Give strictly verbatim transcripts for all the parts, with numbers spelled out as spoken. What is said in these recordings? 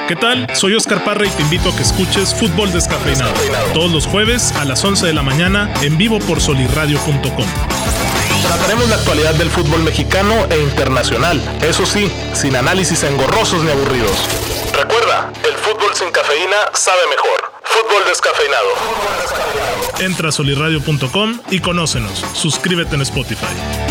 ¿Qué tal? Soy Oscar Parra y te invito a que escuches Fútbol Descafeinado todos los jueves a las once de la mañana en vivo por solirradio punto com. Trataremos la actualidad del fútbol mexicano e internacional, eso sí, sin análisis engorrosos ni aburridos. Recuerda, el fútbol sin cafeína sabe mejor. Fútbol Descafeinado. Entra a solirradio punto com y conócenos. Suscríbete en Spotify.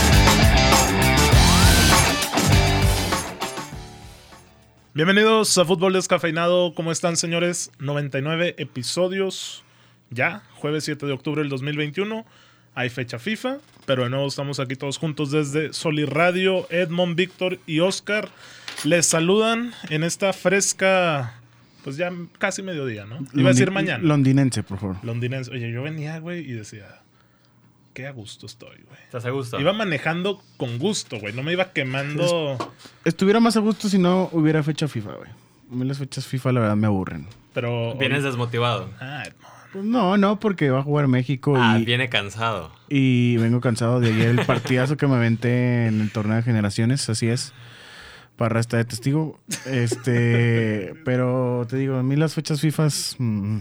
Bienvenidos a Fútbol Descafeinado. ¿Cómo están, señores? noventa y nueve episodios ya, jueves siete de octubre del dos mil veintiuno. Hay fecha FIFA, pero de nuevo estamos aquí todos juntos desde Solirradio. Edmond, Víctor y Oscar les saludan en esta fresca, pues ya casi mediodía, ¿no? Iba Londi- a decir mañana. Londinense, por favor. Londinense. Oye, yo venía, güey, y decía, qué a gusto estoy, güey. ¿Estás a gusto? Iba manejando con gusto, güey. No me iba quemando. Estuviera más a gusto si no hubiera fecha FIFA, güey. A mí las fechas FIFA, la verdad, me aburren. Pero ¿Vienes hoy... desmotivado? Ah, no. Pues no, no, porque va a jugar México Ah, y... viene cansado. Y vengo cansado de ayer el partidazo que me aventé en el torneo de generaciones, así es. Parra está de testigo. Este... pero te digo, a mí las fechas FIFAs... Mm,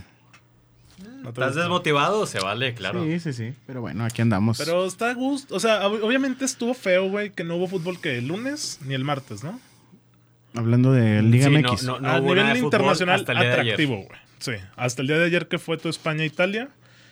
¿No te ¿Estás gusta? desmotivado? Se vale, claro. Sí, sí, sí. Pero bueno, aquí andamos. Pero está a gusto. O sea, ob- obviamente estuvo feo, güey, que no hubo fútbol que el lunes ni el martes, ¿no? Hablando de Liga Sí, no, M X. no, no a hubo nada nivel de fútbol internacional hasta el día de ayer. atractivo, güey. Sí, hasta el día de ayer que fue tu España-Italia.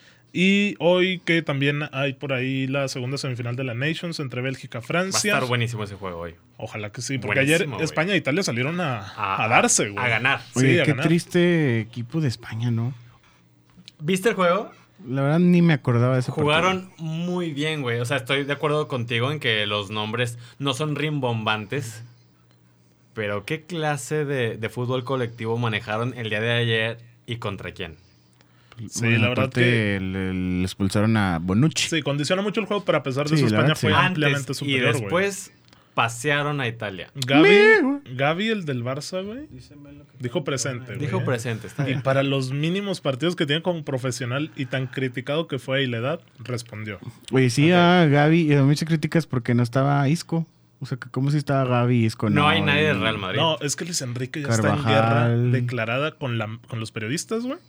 Y hoy que también hay por ahí la segunda semifinal de la Nations entre Bélgica y Va a Francia. estar buenísimo ese juego hoy. Ojalá que sí, porque Buenísimo, ayer güey. España e Italia salieron a, A, a darse, güey. A ganar. Oye, sí, a qué ganar. triste equipo de España, ¿no? ¿Viste el juego? La verdad ni me acordaba de ese Jugaron partido. muy bien, güey. O sea, estoy de acuerdo contigo en que los nombres no son rimbombantes. Pero ¿qué clase de, de fútbol colectivo manejaron el día de ayer y contra quién? Sí, Bueno, la verdad aparte, que- le, le expulsaron a Bonucci. Sí, condiciona mucho el juego, pero a pesar de Sí, eso la España verdad, fue sí. ampliamente Antes y superior, güey. después pasearon a Italia. Gaby, Gaby, el del Barça, güey, dijo presente, güey. Dijo presente, está Y bien. para los mínimos partidos que tiene como profesional y tan criticado que fue a la edad, respondió. Oye, sí, a Gaby, y a muchas críticas porque no estaba Isco. O sea, que como si estaba Gaby y Isco. No hay nadie y- del Real Madrid. No, es que Luis Enrique ya está en Carvajal. guerra declarada con, la, con los periodistas, güey.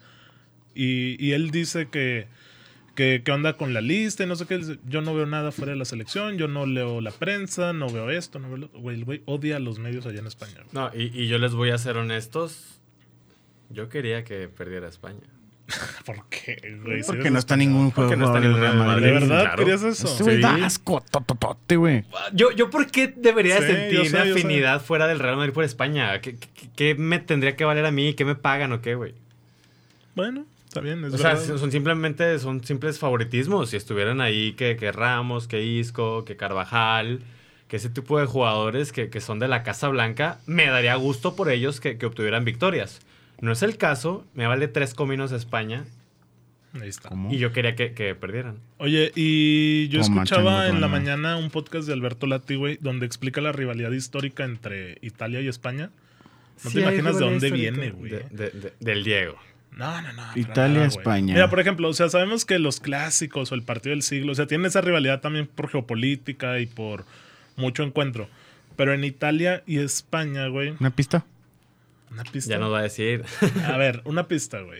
Y, y él dice que, que, que onda con la lista y no sé qué. Dice, yo no veo nada fuera de la selección, yo no leo la prensa, no veo esto, no veo lo... Güey, el güey odia a los medios allá en España, güey. No, y, y yo les voy a ser honestos. Yo quería que perdiera España. ¿Por qué, güey? Porque Sí, no está ningún juego Porque no está del ningún Real Real Madrid. ¿De Madrid, verdad claro. querías eso? Este güey Sí. da asco, tototote, güey. Yo, yo ¿por qué debería Sí, sentir yo sé, yo sé. afinidad fuera del Real Madrid por España? ¿Qué, qué, qué me tendría que valer a mí? ¿Qué me pagan o qué, güey? Bueno, está bien, es O sea, verdad. son simplemente son simples favoritismos. Si estuvieran ahí que, que Ramos, que Isco, que Carvajal, que ese tipo de jugadores que, que son de la Casa Blanca, me daría gusto por ellos que, que obtuvieran victorias. No es el caso, me vale tres cominos a España Ahí está. ¿Cómo? y yo quería que, que perdieran. Oye, y yo Toma, escuchaba chango, en la toma. mañana un podcast de Alberto Lati, güey, donde explica la rivalidad histórica entre Italia y España. No Sí, te hay imaginas de dónde rivalidad viene, histórica. güey. De- de- de- del Diego. No, no, no. para Italia, güey. España. Mira, por ejemplo, o sea, sabemos que los clásicos o el partido del siglo, o sea, tienen esa rivalidad también por geopolítica y por mucho encuentro. Pero en Italia y España, güey, ¿Una pista? una pista. Ya nos va a decir. A ver, una pista, güey.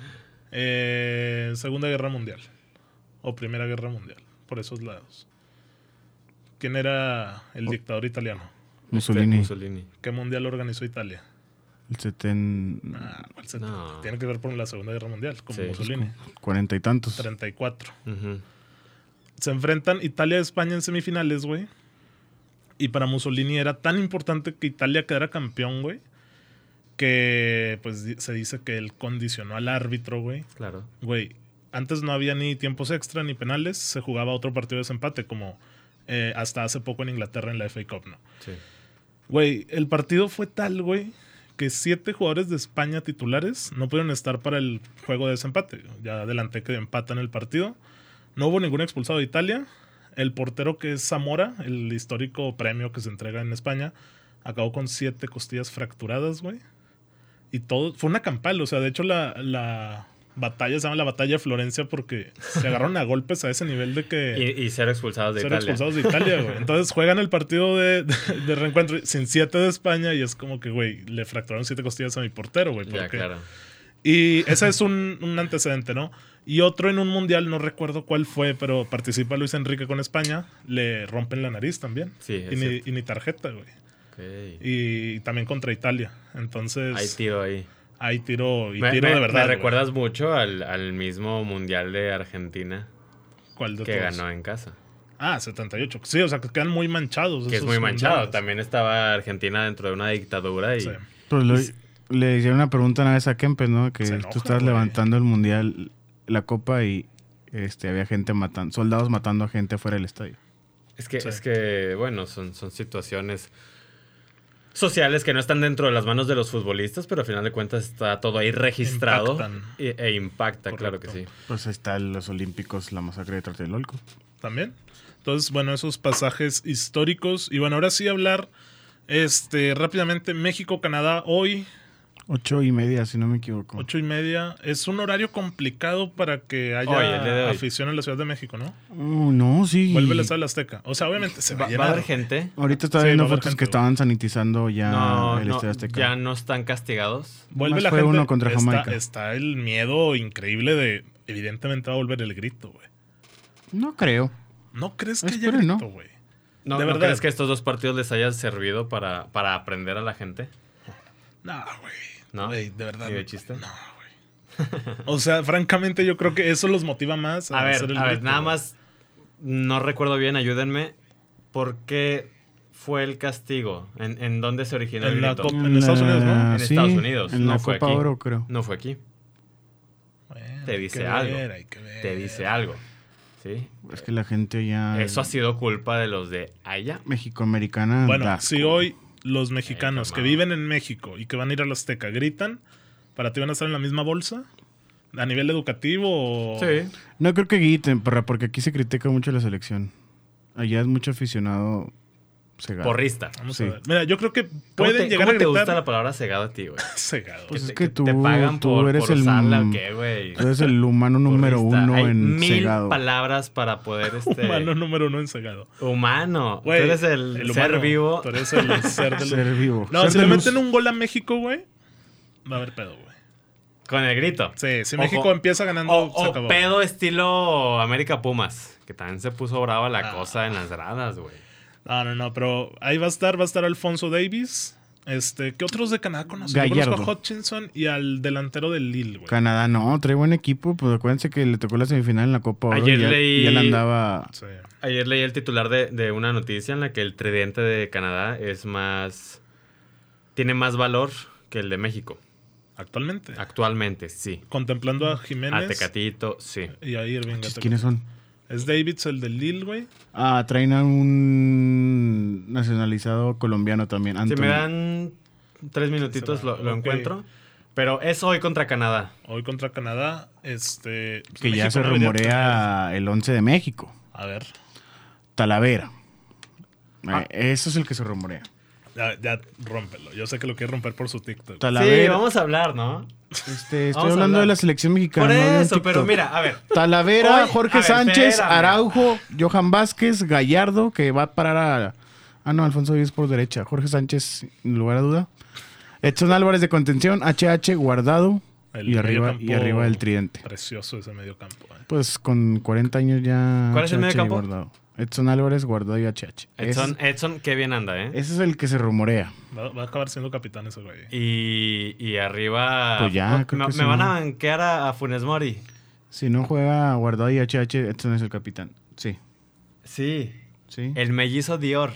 Eh, Segunda Guerra Mundial. O Primera Guerra Mundial. Por esos lados. ¿Quién era el dictador italiano? Mussolini. Mussolini. ¿Qué mundial organizó Italia? El seten... Ah, ¿cuál se- No. Tiene que ver por la Segunda Guerra Mundial, como Sí. Mussolini. Cuarenta y tantos. treinta y cuatro. Ujú. Se enfrentan Italia y España en semifinales, güey. Y para Mussolini era tan importante que Italia quedara campeón, güey, que pues di- se dice que él condicionó al árbitro, güey. Claro. Güey, antes no había ni tiempos extra ni penales, se jugaba otro partido de desempate, como eh, hasta hace poco en Inglaterra en la F A Cup, ¿no? Sí. Güey, el partido fue tal, güey, que siete jugadores de España titulares no pudieron estar para el juego de desempate. Ya adelanté que empatan el partido. No hubo ningún expulsado de Italia. El portero, que es Zamora, el histórico premio que se entrega en España, acabó con siete costillas fracturadas, güey. Y todo, fue una campal, o sea, de hecho la, la, batalla, se llama la batalla de Florencia porque se agarraron a golpes a ese nivel de que... Y, y ser expulsados de ser Italia. expulsados de Italia, güey. Entonces juegan el partido de, de, de reencuentro sin siete de España y es como que, güey, le fracturaron siete costillas a mi portero, güey. Ya, claro. Y ese es un, un antecedente, ¿no? Y otro en un mundial, no recuerdo cuál fue, pero participa Luis Enrique con España, le rompen la nariz también. Sí, y, ni, y ni tarjeta, güey. Okay. Y, y también contra Italia. Entonces... Hay tiro ahí. Hay tiro y me, tiro me, de verdad. Me recuerdas güey. mucho al, al mismo mundial de Argentina. ¿Cuál de que todos? ganó en casa. Ah, setenta y ocho. Sí, o sea, que quedan muy manchados. Que es muy manchado. Mundiales. También estaba Argentina dentro de una dictadura y... Sí. Pero lo, le hicieron una pregunta una vez a Kempes, ¿no? Que enoja, tú estás güey. levantando el mundial, la copa y este había gente matando, soldados matando a gente fuera del estadio. Es que, sí. es que bueno, son, son situaciones sociales que no están dentro de las manos de los futbolistas, pero al final de cuentas está todo ahí registrado e, e impacta, Correcto. Claro que sí. Pues ahí están los Olímpicos, la masacre de Tlatelolco. También. Entonces, bueno, esos pasajes históricos. Y bueno, ahora sí hablar este rápidamente. México-Canadá hoy. Ocho y media, si no me equivoco. Ocho y media. Es un horario complicado para que haya Oye, afición en la Ciudad de México, ¿no? Uh, no, sí. Vuelve la sala Azteca. O sea, obviamente se va, va a llenar. gente. Ahorita estaba sí, viendo fotos gente, que estaban sanitizando ya no, el no, Estadio Azteca. Ya no están castigados. Vuelve Más la fue gente. Uno contra está, Jamaica. está el miedo increíble de... Evidentemente va a volver el grito, güey. No creo. ¿No crees que Espero, haya grito, güey? No. ¿De ¿no verdad? ¿Crees que estos dos partidos les hayan servido para, para aprender a la gente? No, güey. ¿No? Wey, de verdad. ¿Y de chiste? No, güey. O sea, francamente yo creo que eso los motiva más a, a ver, hacer el A grito, ver, nada wey. más, no recuerdo bien, ayúdenme. ¿Por qué fue el castigo? ¿En, en dónde se originó en el la grito? Copa, en Estados Unidos, ¿no? En sí, Estados Unidos. En no la fue Copa aquí. Oro, creo. No fue aquí. Bueno, Te dice algo. Ver, hay que ver. Te dice algo. ¿Sí? Es que la gente ya... Eso ha sido culpa de los de allá. Mexicoamericana. Bueno, Dasco. si hoy los mexicanos Ay, que viven en México y que van a ir a la Azteca gritan, ¿para ti van a estar en la misma bolsa? ¿A nivel educativo o...? Sí. No creo que griten, porque aquí se critica mucho la selección. Allá es mucho aficionado cegado. Porrista. Vamos Sí. a ver. Mira, yo creo que ¿Cómo pueden te, llegar ¿cómo a gritar... te gusta la palabra cegado a ti, güey? Cegado. Pues ¿Que es te, que tú, te pagan tú por, eres por el... usarla o qué, güey? Tú eres el humano número Porrista. uno Hay en mil cegado. palabras para poder... Este... Humano número uno en cegado. Humano. Güey, tú eres el, el ser humano. vivo. Tú eres el ser de luz. Ser vivo. No, Ser si de le luz. meten un gol a México, güey, va a haber pedo, güey. Con el grito. Sí, si Ojo. México empieza ganando, O, se o acabó. pedo estilo América Pumas. Que también se puso brava la Ah. cosa en las gradas, güey. No, no, no, pero ahí va a estar, va a estar Alfonso Davis. Este, ¿qué otros de Canadá conocen? Yo Gallardo. conozco a Hutchinson y al delantero del Lille, güey. Canadá no, trae buen equipo. Pues acuérdense que le tocó la semifinal en la Copa Oro. Ayer y ya, leí- y él andaba... Sí. Ayer leí el titular de, de una noticia en la que el tridente de Canadá es más... Tiene más valor que el de México. Actualmente. Actualmente, sí. Contemplando a Jiménez A Tecatito, sí. y a Irving. Chis, ¿quiénes son? Es Davids, el del Lille, güey. Ah, traen a un nacionalizado colombiano también. Si Anthony. me dan tres minutitos Se va, lo, lo ok. encuentro. Pero es hoy contra Canadá. Hoy contra Canadá. Este. pues, Que México ya se no debería rumorea el once de México. tener- A ver. Talavera. Ah. Eh, eso es el que se rumorea. Ya, ya rómpelo. Yo sé que lo quiere romper por su TikTok. Talavera. Sí, vamos a hablar, ¿no? Este, estoy Vamos a hablando hablar. de la selección mexicana. Por no de un eso, pero TikTok. mira, a ver. Talavera, Hoy- Jorge a ver, Sánchez, espérame. Araujo, Johan Vázquez, Gallardo, que va a parar a... Ah, no, Alfonso Díaz por derecha. Jorge Sánchez, sin lugar a duda. Edson Álvarez de contención, H H, Guardado. El Y arriba, mediocampo y arriba el tridente. Precioso ese medio campo. eh. Pues con cuarenta años ya... ¿Cuál es el H H y mediocampo? Guardado. Edson Álvarez, Guardado y H H. Edson, Ese, Edson, qué bien anda, ¿eh? ese es el que se rumorea. Va, va a acabar siendo capitán ese güey. Y, y arriba... Pues ya, me, creo que me sí, van ¿no? a banquear a, a Funes Mori. Si no juega Guardado y H H, Edson es el capitán. Sí, Sí. sí. El mellizo Dior.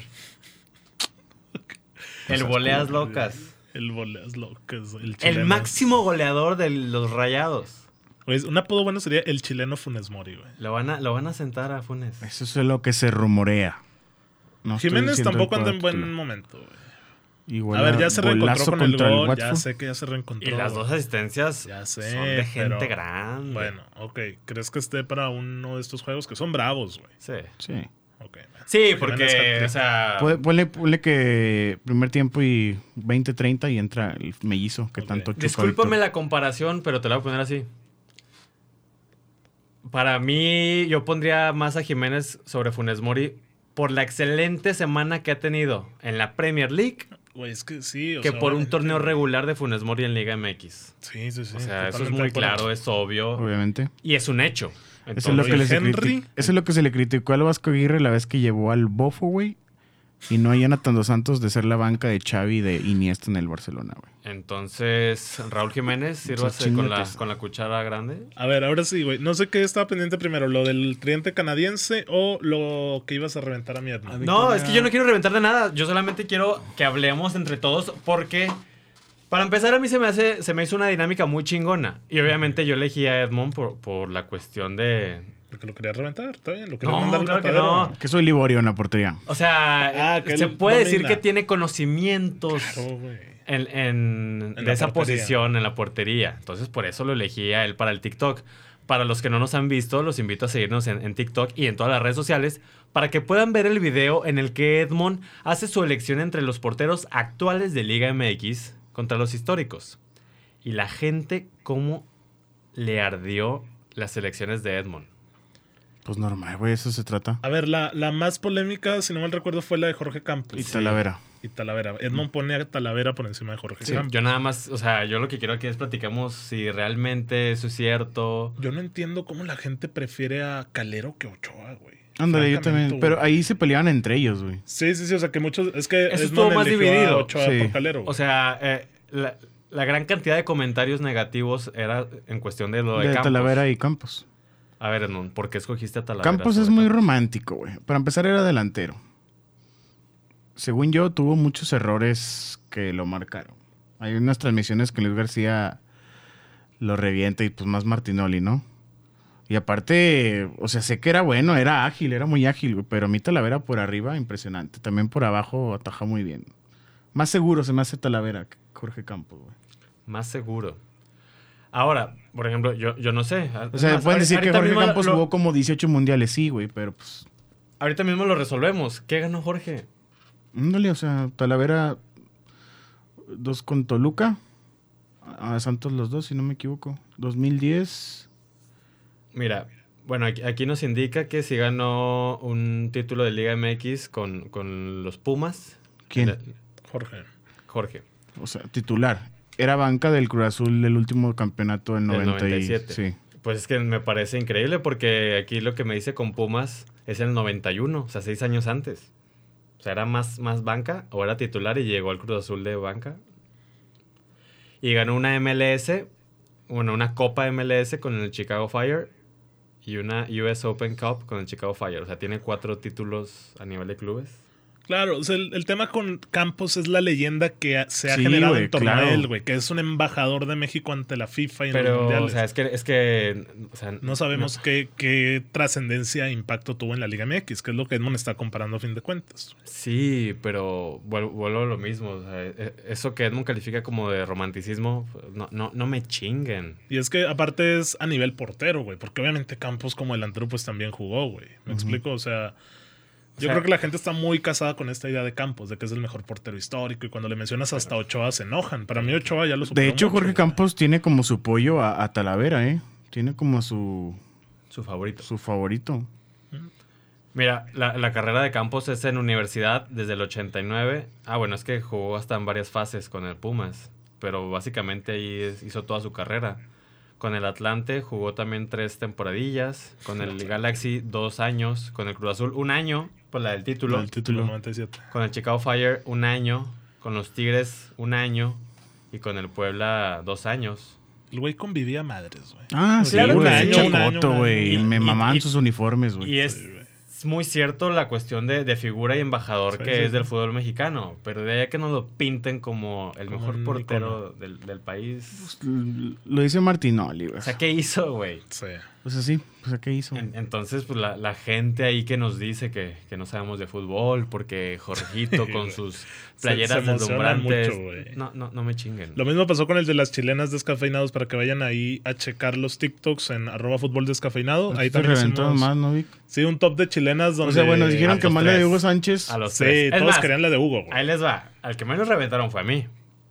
El voleas locas. El voleas locas. El, El chileno. máximo goleador de los Rayados. Güey, un apodo bueno sería el chileno Funes Mori, güey. Lo van a, lo van a sentar a Funes. Eso es lo que se rumorea. No estoy Jiménez diciendo tampoco el anda en buen título. momento, güey. Igual A ver, ya se reencontró golazo con el contra gol. Watford. Ya sé que ya se reencontró. Y las dos asistencias Ya sé, son de gente pero- grande. Bueno, ok. ¿Crees que esté para uno de estos juegos que son bravos, güey? Sí. Sí. Ok. Sí, Jiménez porque, hat-trick. o sea... Ponle, ponle- ponle que primer tiempo y veinte treinta y entra el mellizo que Ok. tanto chupa. Discúlpame Víctor. la comparación, pero te la voy a poner así. Para mí, yo pondría más a Jiménez sobre Funes Mori por la excelente semana que ha tenido en la Premier League. Güey, es que sí. O que sea, por un obviamente, torneo güey. regular de Funes Mori en Liga M X. Sí, sí, sí. O sea, eso es totalmente muy de acuerdo. claro, es obvio. Obviamente. Y es un hecho. Eso es, lo que Entonces, le se Henry. criti- eso es lo que se le criticó al Vasco Aguirre la vez que llevó al Bofo, güey. Y no a Jonathan Dos Santos de ser la banca de Xavi y de Iniesta en el Barcelona, güey. Entonces, Raúl Jiménez, sírvase con la, chingate. con la cuchara grande. A ver, ahora sí, güey. No sé qué estaba pendiente primero, lo del tridente canadiense o lo que ibas a reventar a mierda. A ver. No, Victoria- es que yo no quiero reventar de nada. Yo solamente quiero que hablemos entre todos porque, para empezar, a mí se me hace, se me hizo una dinámica muy chingona. Y obviamente yo elegí a Edmond por, por la cuestión de... Porque lo quería reventar, está bien. Lo quería No, mandar al claro que matadero. no. Que soy Liborio en la portería. O sea, Ah, que se él puede decir domina. que tiene conocimientos Claro, güey. en, en- En de la esa portería. posición en la portería. Entonces, por eso lo elegí a él para el TikTok. Para los que no nos han visto, los invito a seguirnos en, en TikTok y en todas las redes sociales para que puedan ver el video en el que Edmond hace su elección entre los porteros actuales de Liga M X contra los históricos. Y la gente, cómo le ardió las elecciones de Edmond. Pues normal, güey, eso se trata. A ver, la, la más polémica, si no mal recuerdo, fue la de Jorge Campos. Y Talavera. Y Talavera. Edmond pone a Talavera por encima de Jorge Sí, Campos. yo nada más, o sea, yo lo que quiero aquí es platicamos si realmente eso es cierto. Yo no entiendo cómo la gente prefiere a Calero que a Ochoa, güey. Ándale, yo Francamente, también. güey. Pero ahí se peleaban entre ellos, güey. Sí, sí, sí. O sea, que muchos... Es que Eso Edmond estuvo más eligió a dividido. Ochoa Sí. por Calero, güey. O sea, eh, la, la gran cantidad de comentarios negativos era en cuestión de lo de, De Campos. Talavera y Campos. A ver, Edmond, ¿por qué escogiste a Talavera? Campos es sobre muy Campos? romántico, güey. Para empezar, era delantero. Según yo, tuvo muchos errores que lo marcaron. Hay unas transmisiones que Luis García lo revienta y pues más Martinoli, ¿no? Y aparte, o sea, sé que era bueno, era ágil, era muy ágil, güey. Pero a mí Talavera por arriba, impresionante. También por abajo ataja muy bien. Más seguro se me hace Talavera que Jorge Campos, güey. Más seguro. Ahora, por ejemplo, yo, yo no sé. O sea, Más, pueden decir que ahorita Jorge mismo Campos lo- jugó como dieciocho mundiales, sí, güey, pero pues... Ahorita mismo lo resolvemos. ¿Qué ganó Jorge? Ándale, o sea, Talavera, dos con Toluca, a Santos los dos, si no me equivoco. dos mil diez. Mira, bueno, aquí, aquí nos indica que sí ganó un título de Liga M X con, con los Pumas. ¿Quién? Eh, Jorge. Jorge. O sea, titular. Era banca del Cruz Azul del último campeonato del Del noventa noventa y y siete. Sí. Pues es que me parece increíble porque aquí lo que me dice con Pumas es el noventa y uno, o sea, seis años antes. O sea, era más, más banca o era titular y llegó al Cruz Azul de banca. Y ganó una M L S, bueno, una Copa M L S con el Chicago Fire y una U S Open Cup con el Chicago Fire. O sea, tiene cuatro títulos a nivel de clubes. Claro, o sea, el, el tema con Campos es la leyenda que ha- se ha Sí, generado güey, en torno claro. a él, güey. Que es un embajador de México ante la FIFA y en los Pero, mundiales. o sea, es que... Es que o sea, No sabemos qué, qué trascendencia e impacto tuvo en la Liga M X, que es lo que Edmond está comparando a fin de cuentas. Sí, pero vuelvo, vuelvo a lo mismo. O sea, e- eso que Edmond califica como de romanticismo, no, no, no me chinguen. Y es que aparte es a nivel portero, güey. Porque obviamente Campos como delantero pues también jugó, güey. ¿Me explico? O sea... O Yo sea- creo que la gente está muy casada con esta idea de Campos, de que es el mejor portero histórico. Y cuando le mencionas hasta Ochoa se enojan. Para mí Ochoa ya lo superó De hecho, mucho, Jorge güey. Campos tiene como su pollo a, a Talavera, ¿eh? Tiene como su, Su favorito. su favorito. Mira, la, la carrera de Campos es en universidad desde el ochenta y nueve. Ah, bueno, es que jugó hasta en varias fases con el Pumas. Pero básicamente ahí es- hizo toda su carrera. Con el Atlante jugó también tres temporadillas. Con el Galaxy dos años. Con el Cruz Azul un año, por la del título. El título. noventa y siete. Con el Chicago Fire un año. Con los Tigres un año. Y con el Puebla dos años. El güey convivía a madres, güey. Ah, sí, Claro que güey. sí. Chacoto, Un año, un güey. año. Y me Y- mamaban y- sus uniformes, güey. Y es muy cierto la cuestión de, de figura y embajador Sí, que sí, es sí. del fútbol mexicano. Pero de ahí a que nos lo pinten como el Como mejor un portero del, del país. Lo dice Martinoli, güey. O sea, ¿qué hizo, güey? Sí. Pues así, pues ¿qué hizo? En- Entonces, pues la, la gente ahí que nos dice que, que no sabemos de fútbol porque Jorgito con sus Se- playeras se emocionan deslumbrantes. mucho, güey. no, no, no me chinguen. Lo mismo pasó con el de las chilenas descafeinados para que vayan ahí a checar los TikToks en arroba fútbol descafeinado. Ahí Te también reventó hicimos, más, ¿no, Vic? sí, un top de chilenas donde... O sea, bueno, dijeron a que los más la de tres. Hugo Sánchez. A los Sí, tres. Es todos más, querían la de Hugo, güey. ahí les va. Al que menos reventaron fue a mí.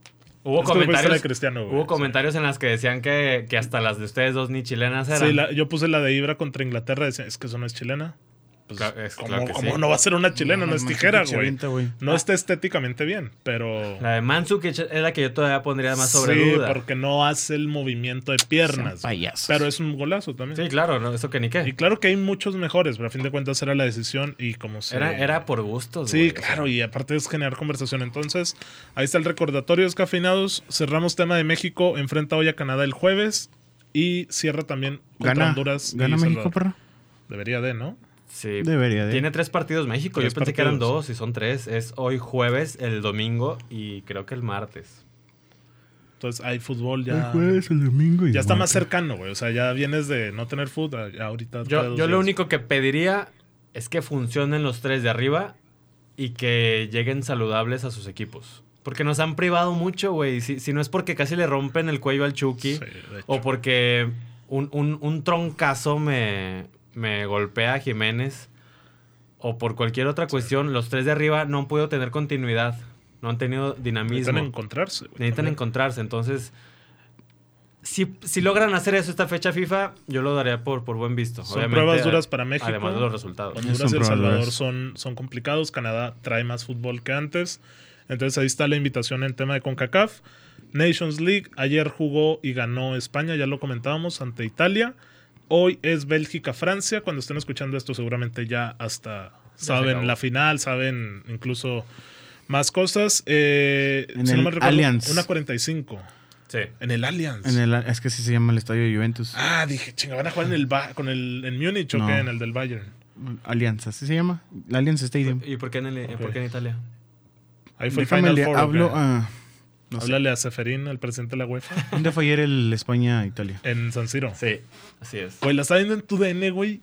Hubo Es que le pusiste la de comentarios, Cristiano, güey. hubo comentarios en las que decían que, que hasta las de ustedes dos ni chilenas eran. Sí, la- yo puse la de Ibra contra Inglaterra. Decía, es que eso no es chilena. Pues, Claro, es- ¿cómo, claro que cómo sí. no va a ser una chilena? No, es tijera, que se güey. avienta, güey. No Ah. está estéticamente bien, pero... La de Mandzukic es la que yo todavía pondría más sobre sí, duda. porque no hace el movimiento de piernas. Sean payasos. Pero es un golazo también. Sí, claro, no, eso que ni Y qué. claro que hay muchos mejores, pero a fin de cuentas era la decisión y como se... Era, era por gustos. Sí, güey, o sea. claro, y aparte es generar conversación. Entonces, ahí está el recordatorio, descafeinados. Cerramos tema de México, enfrenta hoy a Canadá el jueves y cierra también contra Gana, Honduras. y gana México, Salvador. perro. Debería de, ¿no? Sí. Debería de. Tiene tres partidos México. Tres Yo pensé que eran partidos. dos y son tres. Es hoy jueves, el domingo y creo que el martes. Entonces hay fútbol ya... El jueves, el domingo y Ya el está más martes. cercano, güey. O sea, ya vienes de no tener fútbol. Ya ahorita... cada Yo, dos yo lo días. único que pediría es que funcionen los tres de arriba y que lleguen saludables a sus equipos. Porque nos han privado mucho, güey. Si, si no es porque casi le rompen el cuello al Chucky Sí, de hecho. o porque un, un- un troncazo me, me golpea a Jiménez o por cualquier otra cuestión, los tres de arriba no han podido tener continuidad. No han tenido dinamismo. Necesitan encontrarse, güey. Necesitan también. encontrarse. Entonces, si, si logran hacer eso esta fecha FIFA, yo lo daría por, por buen visto. Son pruebas duras para México. Además de los resultados. Honduras Son y El pruebas Salvador duras. son, son complicados. Canadá trae más fútbol que antes. Entonces ahí está la invitación en tema de CONCACAF. Nations League. Ayer jugó y ganó España, ya lo comentábamos, ante Italia. Hoy es Bélgica-Francia. Cuando estén escuchando esto seguramente ya hasta se saben acabó. la final, saben incluso más cosas. Eh, En si no el me recuerdo, Allianz. una cuarenta y cinco. Sí. En el Allianz. En el, es que sí se llama el estadio de Juventus. Ah, dije, chinga, ¿van a jugar en el Ba- con el en Múnich o No. qué? En el del Bayern. Alianza, ¿así se llama? El Allianz Stadium. ¿Y por qué en, el- Ok. por qué en Italia? Ahí fue el Déjame Final le Four. hablo ¿o qué? a... no sé. Háblale a Seferín, el presidente de la UEFA, ¿Dónde fue ayer el España-Italia? en San Siro. Sí, así es. Güey, la está viendo en tu D N, güey.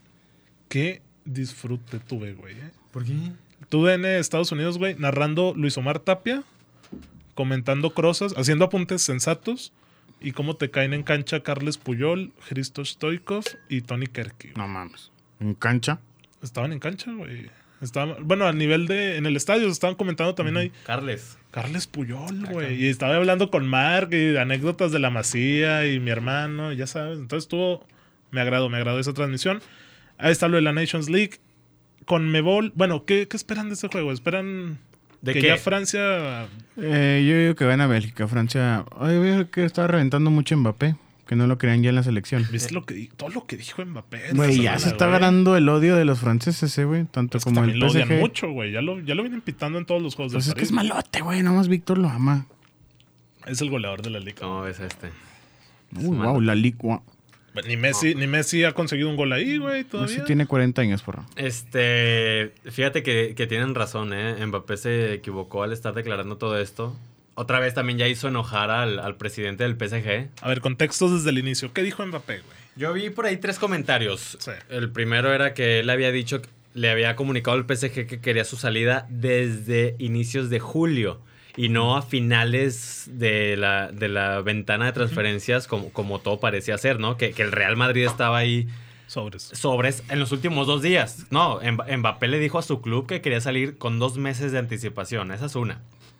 Qué disfrute tuve, güey. ¿eh? ¿Por qué? Tu D N Estados Unidos, güey, narrando Luis Omar Tapia, comentando crosas, haciendo apuntes sensatos y cómo te caen en cancha Carles Puyol, Hristo Stoikov y Tony Kerky. No mames. ¿En cancha? Estaban en cancha, güey. Estaban, bueno, a nivel de... En el estadio se estaban comentando también ahí. Carles. Carles Puyol, güey. Y estaba hablando con Mark y anécdotas de la Masía y mi hermano, y ya sabes. Entonces estuvo... Me agradó, me agradó esa transmisión. Ahí está lo de la Nations League. Con Mebol... Bueno, ¿qué, qué esperan de este juego? ¿Esperan ¿De que qué? ya Francia... Eh, yo digo que van a Bélgica, Francia. Ay, veo que estaba reventando mucho Mbappé. Que no lo querían ya en la selección. ¿Viste lo que di- todo lo que dijo Mbappé? esta Güey, ya semana, se está güey? ganando el odio de los franceses, eh, güey. Tanto Es que como el también lo P S odian G. mucho, güey. Ya lo, ya lo vienen pitando en todos los juegos Pues de es que es París. malote, güey. Nomás Víctor lo ama. Es el goleador de la liga. ¿Cómo ves este? Uy, wow, la licua. Ni Messi, ni Messi ha conseguido un gol ahí, güey, No todavía. sé, tiene cuarenta años, porra. Este, fíjate que, que tienen razón, ¿eh? Mbappé se equivocó al estar declarando todo esto. Otra vez también ya hizo enojar al, al presidente del P S G. A ver, contextos desde el inicio. ¿Qué dijo Mbappé, güey? Yo vi por ahí tres comentarios. Sí. El primero era que él había dicho, le había comunicado al P S G que quería su salida desde inicios de julio y no a finales de la, de la ventana de transferencias como, como todo parecía ser, ¿no? Que, que el Real Madrid estaba ahí Sobres. sobres en los últimos dos días. No, Mb- Mbappé le dijo a su club que quería salir con dos meses de anticipación. Esa es una.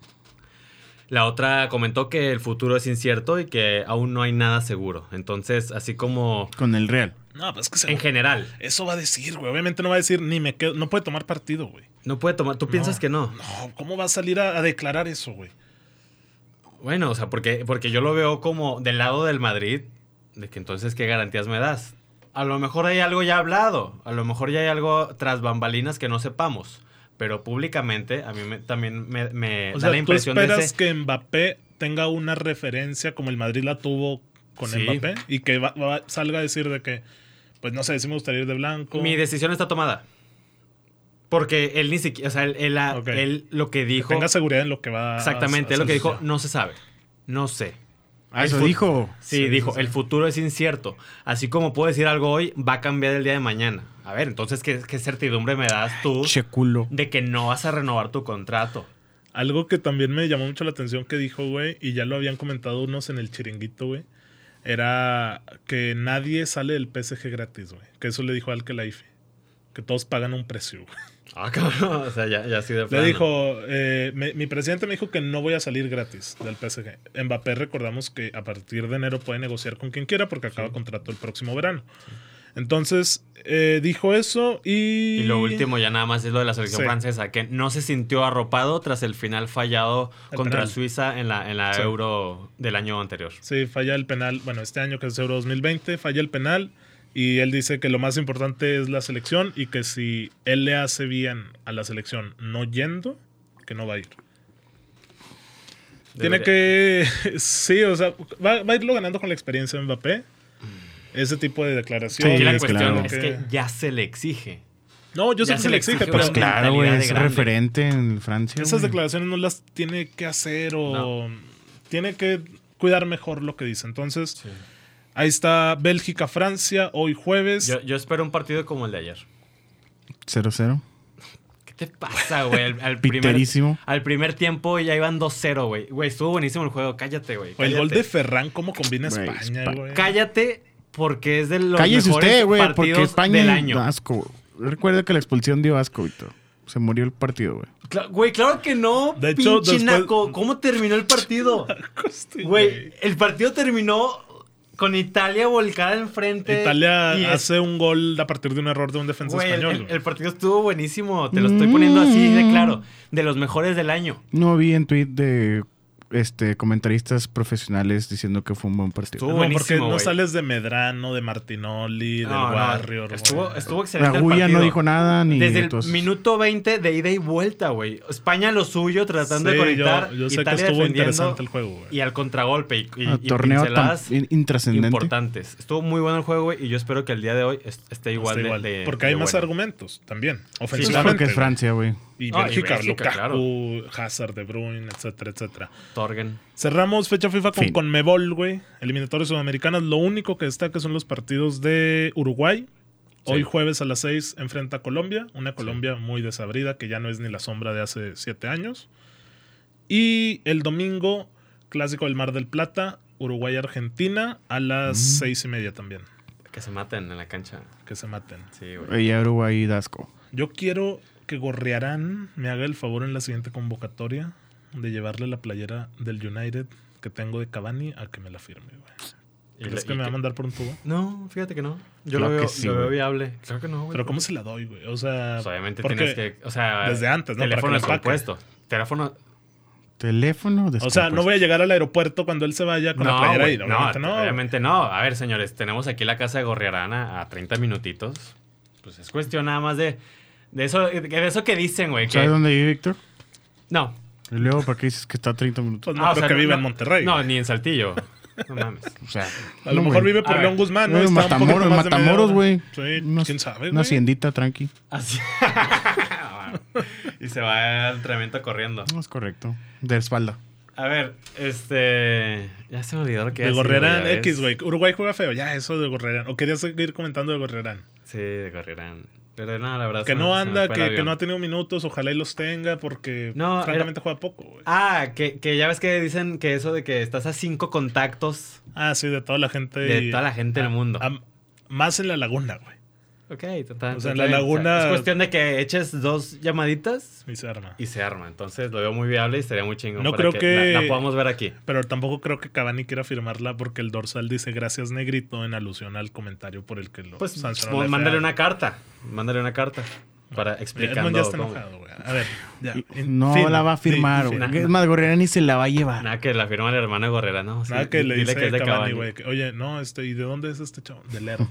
La otra comentó que el futuro es incierto y que aún no hay nada seguro. Entonces, así como Con el Real. No, pues es que se- en general, eso va a decir, güey. Obviamente no va a decir ni me quedo. No puede tomar partido, güey. no puede tomar... ¿Tú piensas No, que no? No, ¿cómo va a salir a, a declarar eso, güey? Bueno, o sea, porque, porque yo lo veo como del lado del Madrid, de que entonces, ¿qué garantías me das? A lo mejor hay algo ya hablado, a lo mejor ya hay algo tras bambalinas que no sepamos, pero públicamente a mí me- también me, me O da sea, la ¿tú impresión de esperas ese... que Mbappé tenga una referencia como el Madrid la tuvo con Sí. Mbappé? Y que va- va- salga a decir de que, pues no sé, sí me gustaría ir de blanco. Mi decisión está tomada. Porque él ni siquiera, o sea, él, él, Ok. él lo que Que dijo... tenga seguridad en lo que va a Exactamente, a él lo que hacer. dijo, no se sabe, no sé. Ah, El eso fut- dijo. Sí, Sí, dijo, sí, sí. el futuro es incierto. Así como puedo decir algo hoy, va a cambiar el día de mañana. A ver, entonces, ¿qué, qué certidumbre me das tú Che culo. de que no vas a renovar tu contrato? Algo que también me llamó mucho la atención que dijo, güey, y ya lo habían comentado unos en el chiringuito, güey, era que nadie sale del P S G gratis, güey. Que eso le dijo al Khelaifi. que todos pagan un precio, güey. Ah, cabrón. O sea, ya, ya así de Le plano. dijo, eh, me- mi presidente me dijo que no voy a salir gratis del P S G. Mbappé, recordamos que a partir de enero puede negociar con quien quiera porque acaba contrato el próximo verano. Entonces, eh, dijo eso y... Y lo último ya nada más es lo de la selección Sí. francesa, que no se sintió arropado tras el final fallado El contra penal. Suiza en la, en la Sí. Euro del año anterior. Sí, falla el penal. Bueno, este año que es Euro dos mil veinte, falla el penal. Y él dice que lo más importante es la selección y que si él le hace bien a la selección no yendo, que no va a ir. Tiene Debería- que... Sí, o sea, va, va a irlo ganando con la experiencia de Mbappé. Ese tipo de declaraciones. Aquí la Sí, cuestión claro. es que ya se le exige. No, yo sé ya que se se le le exige, exige pero una Claro, güey, mentalidad de es grande. referente en Francia. esas güey. declaraciones no las tiene que hacer o... No. Tiene que cuidar mejor lo que dice. Entonces, ahí está Bélgica-Francia, hoy jueves. Yo, yo espero un partido como el de ayer. cero cero. ¿Qué te pasa, güey? Al, al primer, Piterísimo. al primer tiempo ya iban dos cero, güey. Güey, estuvo buenísimo el juego. Cállate, güey. O el gol cállate. de Ferran, cómo combina Güey, España, Espa- güey. Cállate porque es de los Cállese mejores usted, güey, partidos porque España del año. da asco. Recuerda que la expulsión dio asco, Víctor. Se murió el partido, güey. Cla- Güey, claro que no. De hecho, pinche después- naco. ¿Cómo terminó el partido? Este, Güey, el partido terminó con Italia volcada enfrente. Italia y es- hace un gol a partir de un error de un defensa Güey, el, español. el- güey. el partido estuvo buenísimo. Te lo estoy poniendo así de claro. De los mejores del año. No vi en tweet de este comentaristas profesionales diciendo que fue un buen partido. Estuvo No, porque buenísimo, no güey. sales de Medrano, de Martinoli, del No, no, Warrior. güey. estuvo, estuvo La excelente. el Guya partido. no dijo nada ni Desde el entonces- minuto veinte de ida y vuelta, güey. España lo suyo, tratando Sí, de conectar. yo, yo sé Italia que estuvo defendiendo interesante el juego, güey. y al contragolpe. Y, y, Ah, y torneo tan pinceladas in- intrascendente. importantes. Estuvo muy bueno el juego, güey. Y yo espero que el día de hoy est- esté igual, Está de- igual. de. Porque de hay más bueno. argumentos también, Eso es ofensivamente. porque es güey. Francia, güey. Y Ah, y Bélgica, Bélgica, Lukaku, Hazard, De Bruyne, etcétera, etcétera. Torgen. Cerramos fecha FIFA con Fin. Conmebol, güey. Eliminatorias sudamericanas. Lo único que destaca son los partidos de Uruguay. Hoy Sí. jueves a las seis enfrenta a Colombia. Una Colombia muy desabrida que ya no es ni la sombra de hace siete años. Y el domingo, clásico del Mar del Plata, Uruguay-Argentina a las Mm. seis y media también. Que se maten en la cancha. Que se maten. Sí, güey. Y Uruguay Dasco. Yo quiero que Gorriarán me haga el favor en la siguiente convocatoria de llevarle la playera del United que tengo de Cavani a que me la firme, güey. Y ¿Crees le- que y me va a que- mandar por un tubo? No, fíjate que no. Yo Claro lo veo, que sí, lo veo güey. viable. Claro que no, güey. Pero ¿cómo se la doy, güey? O sea, Pues obviamente porque- tienes que. O sea, desde antes, ¿no? Para Teléfono que la empaque. descompuesto. Teléfono. Teléfono O sea, no voy a llegar al aeropuerto cuando él se vaya con la No, playera güey, ahí. no, Obviamente no. obviamente no. A ver, señores, tenemos aquí la casa de Gorriarana a treinta minutitos. Pues es cuestión nada más de. De eso, de eso que dicen, güey. Que, ¿Sabes dónde vive Víctor? no. Y luego, ¿para qué dices que está a treinta minutos? Pues no Ah, o creo sea, que vive no- en Monterrey. No, ni en Saltillo. No mames. O sea, A lo no, mejor güey. vive por A León ver. Guzmán, ¿no? Güey, Está un poquito Matamoros, más de media Matamoros, hora. güey. Sí, Unas- quién sabe, Una güey. haciendita tranqui. Así. Y se va al entrenamiento corriendo. No es correcto. De espalda. A ver, este. Ya se me olvidó lo que De iba a decir, Gorriarán ya ves. X, güey. Uruguay juega feo. Ya, eso de Gorriarán. ¿O querías seguir comentando de Gorriarán? Sí, de Gorriarán. Pero no, la verdad. Que se me- no se me anda, fue el que, que avión. no ha tenido minutos. Ojalá y los tenga porque No, francamente juega poco, güey. Ah, que, que ya ves que dicen que eso de que estás a cinco contactos Ah, sí, de toda la gente. de y- toda la gente ah, del mundo. ah, más en la laguna, güey. Ok, total. O sea, en total. la laguna- es cuestión de que eches dos llamaditas Y se arma. y se arma. Entonces lo veo muy viable y sería muy chingón. No para creo que- La, la podamos ver aquí. Pero tampoco creo que Cavani quiera firmarla porque el dorsal dice gracias negrito en alusión al comentario por el que lo Pues sancionó pues, la mándale F A. una carta. Mándale una carta. Para Edmond explicando. ya está cómo- enojado, güey. A ver, ya. Y- En No fin, la va a sí, firmar, fin. güey. Es más, Gorriarán ni se la va a llevar. Nada que la firma el hermano de Gorrera, ¿no? Sí, Nada que le dile dice que es de Cavani, Cavani. güey. que, Oye, no, este, ¿y de dónde es este chavo? De Lerma.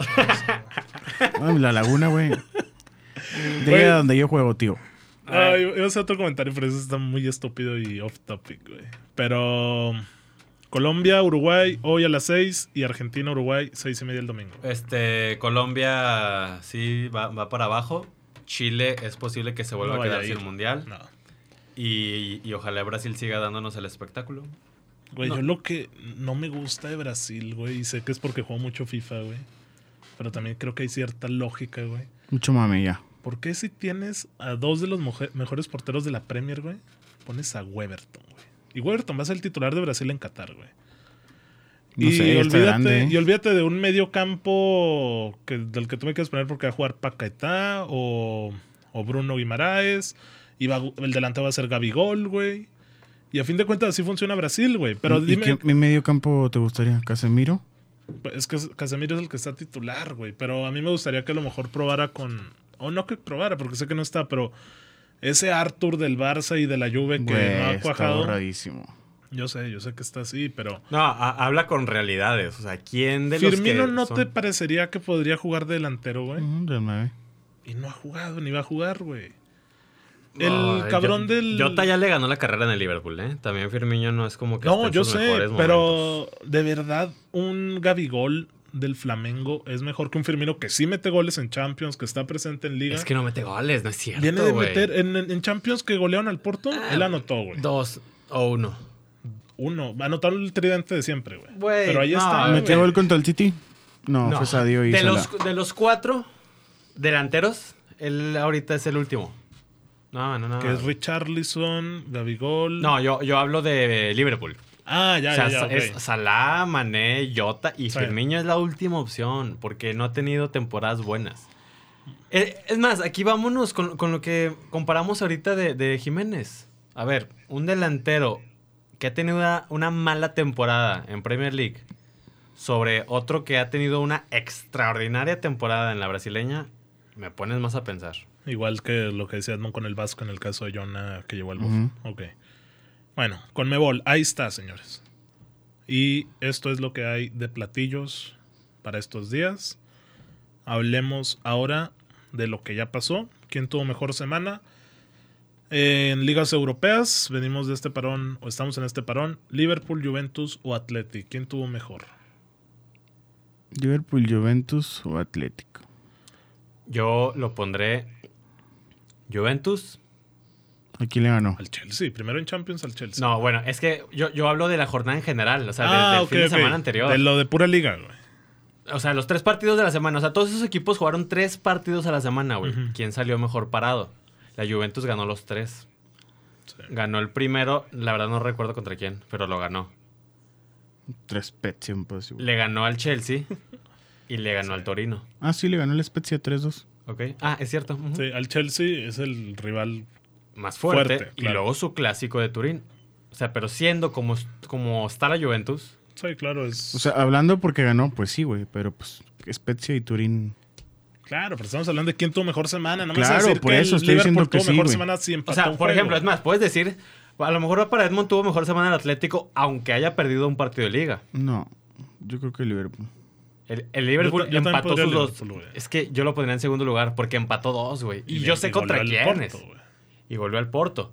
Ay, la laguna, güey. De Güey. ahí a donde yo juego, tío. Ah, iba a hacer otro comentario, pero eso está muy estúpido y off topic, güey. Pero Colombia, Uruguay, hoy a las seis y Argentina, Uruguay, seis y media el domingo. Este, Colombia sí va, va para abajo. Chile es posible que se vuelva No a vaya quedar a sin ir. mundial. No. Y, y ojalá Brasil siga dándonos el espectáculo. Güey, No. yo lo que no me gusta de Brasil, güey, y sé que es porque juego mucho FIFA, güey. Pero también creo que hay cierta lógica, güey. Mucho mame ya. ¿Por qué si tienes a dos de los moje- mejores porteros de la Premier, güey, pones a Weberton, güey? Y Weberton va a ser el titular de Brasil en Qatar, güey. No y, sé, está olvídate, grande, ¿eh? y olvídate de un medio campo que, del que tú me quieres poner porque va a jugar Paquetá o, o Bruno Guimaraes. Y va, el delantero va a ser Gabigol, güey. Y a fin de cuentas así funciona Brasil, güey. Pero ¿Y dime... qué medio campo te gustaría? ¿Casemiro? Es que Casemiro es el que está titular, güey. Pero a mí me gustaría que a lo mejor probara con... O no que probara, porque sé que no está, pero... Ese Arthur del Barça y de la Juve que Güey, no ha está cuajado. borradísimo. Yo sé, yo sé que está así, pero... No, a- habla con realidades. O sea, ¿quién de los que Firmino no son- te parecería que podría jugar de delantero, güey. Ujú, del nueve. Y no ha jugado, ni va a jugar, güey. No, El cabrón Jota- del... Jota ya le ganó la carrera en el Liverpool, ¿eh? También Firmino no es como que esté No, en yo sus sé, mejores pero momentos. de verdad, un Gabigol del Flamengo es mejor que un Firmino que sí mete goles en Champions, que está presente en Liga. Es que no mete goles, no es cierto, Viene de güey. meter en, en- en Champions que golearon al Porto, él anotó, güey. Dos o uno. Uno, anotó el tridente de siempre, güey. Güey, Pero ahí no, está. a güey. ¿Metió gol contra el City? No, No, fue Sadio y de Salah. los, de los cuatro delanteros, él ahorita es el último. No, no, no. Que es Richarlison, Gabigol. No, yo, yo hablo de Liverpool. Ah, ya, o sea, ya, ya. ok. es Salah, Mané, Jota y Sí. Firmino es la última opción porque no ha tenido temporadas buenas. Eh, Es más, aquí vámonos con, con lo que comparamos ahorita de, de Jiménez. A ver, un delantero que ha tenido una, una mala temporada en Premier League sobre otro que ha tenido una extraordinaria temporada en la brasileña, me pones más a pensar. Igual que lo que decía Edmond con el Vasco en el caso de Jonah que llevó al Bof. Ujú. Ok. Bueno, con Mebol, ahí está, señores. Y esto es lo que hay de platillos para estos días. Hablemos ahora de lo que ya pasó. ¿Quién tuvo mejor semana? En ligas europeas, venimos de este parón, o estamos en este parón. Liverpool, Juventus o Atleti. ¿Quién tuvo mejor? Liverpool, Juventus o Atlético. Yo lo pondré Juventus. ¿A quién le ganó? Al Chelsea. Primero en Champions al Chelsea. No, bueno, es que yo, yo hablo de la jornada en general, o sea, ah, desde el ok, fin de ok. semana anterior. De lo de pura liga, güey. O sea, los tres partidos de la semana. O sea, todos esos equipos jugaron tres partidos a la semana, güey. Ujú. ¿Quién salió mejor parado? La Juventus ganó los tres. Sí. Ganó el primero, la verdad no recuerdo contra quién, pero lo ganó. Tres Spezia, imposible. Le ganó al Chelsea y le ganó al Torino. Ah, sí, le ganó el Spezia tres dos. ¿Ok? Ah, es cierto. Ujú. Sí, al Chelsea es el rival. Más fuerte. Fuerte, y claro. luego su clásico de Turín. O sea, pero siendo como, como está la Juventus, Sí, claro, es. O sea, hablando porque ganó, pues sí, güey. Pero pues Spezia y Turín. claro, pero estamos hablando de quién tuvo mejor semana. No me Claro, vas a decir por que eso el estoy Liverpool diciendo que tuvo sí, mejor güey. semana si o empató sea, un por juego. ejemplo, es más, puedes decir, a lo mejor para Edmond tuvo mejor semana el Atlético, aunque haya perdido un partido de liga. No, yo creo que Liverpool. El, el Liverpool Yo ta- yo también empató podría sus dos. Liverpool, güey. Es que yo lo pondría en segundo lugar porque empató dos, güey. Y, le- yo sé contra goleó al quiénes. Porto, güey. Y volvió al Porto.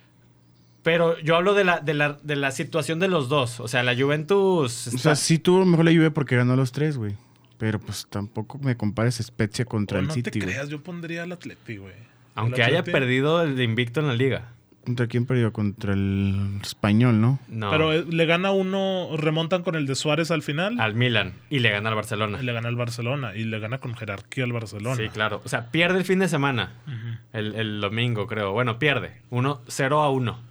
Pero yo hablo de la, de, la, de la situación de los dos. O sea, la Juventus. O está- sea, sí tuvo mejor la Juve porque ganó los tres, güey. Pero pues tampoco me compares Spezia contra Oh, el no City, te güey. creas, yo pondría al Atleti, güey. aunque El haya Atleti- perdido el de invicto en la liga. ¿Contra quién perdió? Contra el Español, ¿no? No. Pero eh, le gana uno, remontan con el de Suárez al final. al Milan. Y le gana al Barcelona. Y le gana al Barcelona. Y le gana con jerarquía al Barcelona. Sí, claro. O sea, pierde el fin de semana. Ujú. El, el domingo, creo. Bueno, pierde. uno cero a uno.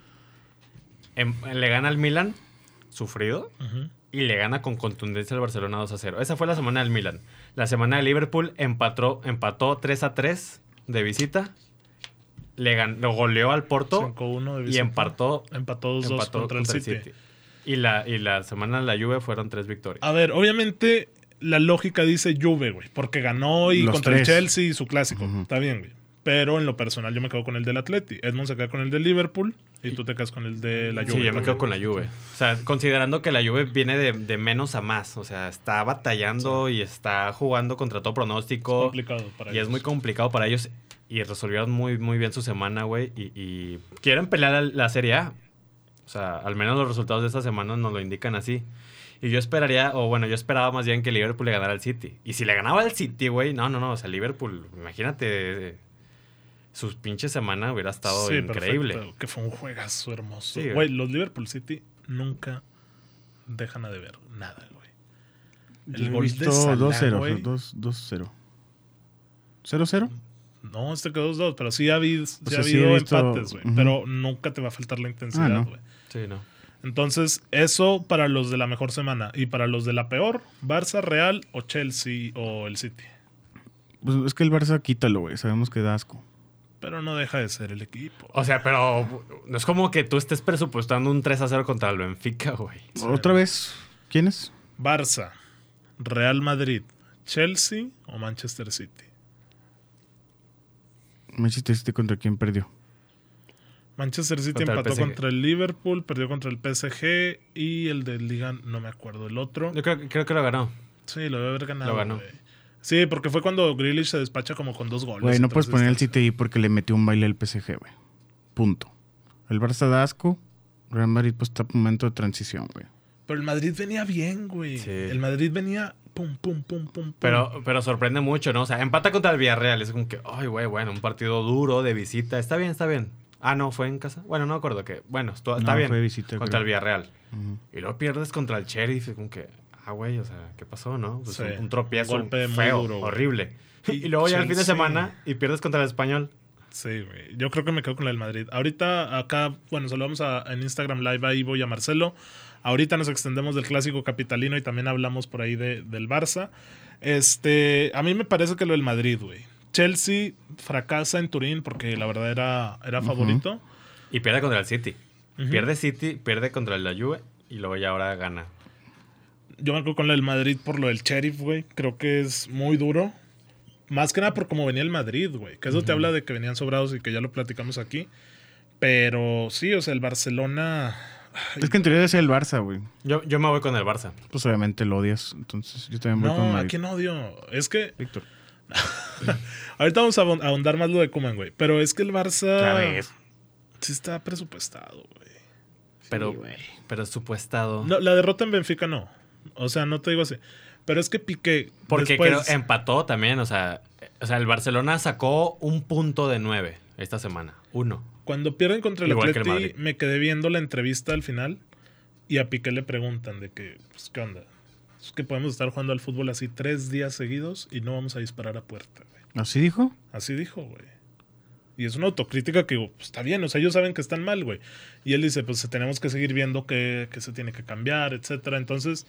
Em- le gana al Milan, sufrido. Ujú. Y le gana con contundencia al Barcelona dos a cero. Esa fue la semana del Milan. La semana de Liverpool empató, empató tres a tres de visita. Le gan- lo goleó al Porto cinco uno de y visita. empató, Empató dos dos empató contra, el City. Y la, y la semana de la Juve fueron tres victorias. A ver, obviamente la lógica dice Juve, güey. Porque ganó y Los contra tres. el Chelsea y su clásico. Ujú. Está bien, güey. Pero en lo personal yo me quedo con el del Atleti. Edmond se queda con el del Liverpool y tú te quedas con el de la Juve. Sí, yo me también. quedo con la Juve. O sea, considerando que la Juve viene de, de menos a más. O sea, está batallando y está jugando contra todo Es pronóstico. complicado para Y es ellos. muy complicado para ellos. Y resolvieron muy, muy bien su semana, güey. Y, y quieren pelear la, la Serie A. O sea, al menos los resultados de esta semana nos lo indican así. Y yo esperaría, o bueno, yo esperaba más bien que Liverpool le ganara al City. Y si le ganaba al City, güey, no, no, no. O sea, Liverpool, imagínate, sus pinches semana hubiera estado Sí, increíble. perfecto, que fue un juegazo hermoso. Sí, Güey, los Liverpool City nunca dejan a deber nada, güey. El Yo he gol de visto Salah, dos cero. güey. dos cero. ¿cero cero? No, este quedó dos dos, pero sí ha habido, sí sea, ha sí he habido visto- empates, güey. Ujú. Pero nunca te va a faltar la intensidad, Ah, ¿no? güey. Sí, no. Entonces, eso para los de la mejor semana. Y para los de la peor, Barça, Real o Chelsea o el City. Pues es que el Barça quítalo, güey. Sabemos que da asco. Pero no deja de ser el equipo. O sea, pero no es como que tú estés presupuestando un tres a cero contra el Benfica, güey. Otra vez, ¿quién es? Barça, Real Madrid, Chelsea o Manchester City. Manchester City contra quién perdió. Manchester City Contra el empató P S G. contra el Liverpool, perdió contra el P S G y el de Liga, no me acuerdo, el otro. Yo creo, creo que lo ganó. Sí, lo debe haber ganado. Lo ganó. Güey. Sí, porque fue cuando Grealish se despacha como con dos goles. Güey, no puedes entonces, poner el City ahí porque le metió un baile al P S G, güey. Punto. El Barça da asco. Real Madrid pues está en un momento de transición, güey. Pero el Madrid venía bien, güey. Sí. El Madrid venía pum, pum, pum, pum, pum. Pero, pero sorprende mucho, ¿no? O sea, empata contra el Villarreal. Es como que, ay, güey, bueno, un partido duro de visita. Está bien, está bien. Ah, no, fue en casa. Bueno, no me acuerdo que. Bueno, esto- está No, bien. fue visita, contra creo. el Villarreal. Ujú. Y luego pierdes contra el Sheriff. Es como que, ah, güey, o sea, ¿qué pasó, no? Pues Sí. un, un tropiezo Un golpe muy feo, duro, güey. horrible. Y Y, luego ya el fin de Chelsea. semana y pierdes contra el Español. Sí, güey. Yo creo que me quedo con la del Madrid. Ahorita acá, bueno, saludamos a, en Instagram Live a Ivo y a Marcelo. Ahorita nos extendemos del clásico capitalino y también hablamos por ahí de, del Barça. Este, a mí me parece que lo del Madrid, güey. Chelsea fracasa en Turín porque la verdad era, era Ujú. favorito. Y pierde contra el City. Ujú. Pierde City, pierde contra la Juve. Y luego ya ahora gana. Yo me acuerdo con lo del Madrid por lo del Sheriff, güey. Creo que es muy duro. Más que nada por cómo venía el Madrid, güey. Que eso te habla de que venían sobrados y que ya lo platicamos aquí. Pero sí, o sea, el Barcelona... Es que en teoría debe ser el Barça, güey. Yo, yo me voy con el Barça. Pues obviamente lo odias. Entonces yo también voy con No, ¿a Madrid. quién odio? Es que... Víctor. Ahorita vamos a ahon- a ahondar más lo de Koeman, güey. Pero es que el Barça... Ya ves. Sí está presupuestado, güey. Pero, güey. pero supuestado. No, la derrota en Benfica no. O sea, no te digo así. Pero es que Piqué... Porque después- creo empató también. O sea, o sea, el Barcelona sacó un punto de nueve esta semana. Uno. Cuando pierden contra el Igual que el Atleti, Madrid. me quedé viendo la entrevista al final y a Piqué le preguntan de que, pues, ¿qué onda? Es que podemos estar jugando al fútbol así tres días seguidos y no vamos a disparar a puerta, güey. ¿Así dijo? Así dijo, güey. Y es una autocrítica que, pues, está bien, o sea, ellos saben que están mal, güey. Y él dice, pues tenemos que seguir viendo que, que se tiene que cambiar, etcétera. Entonces,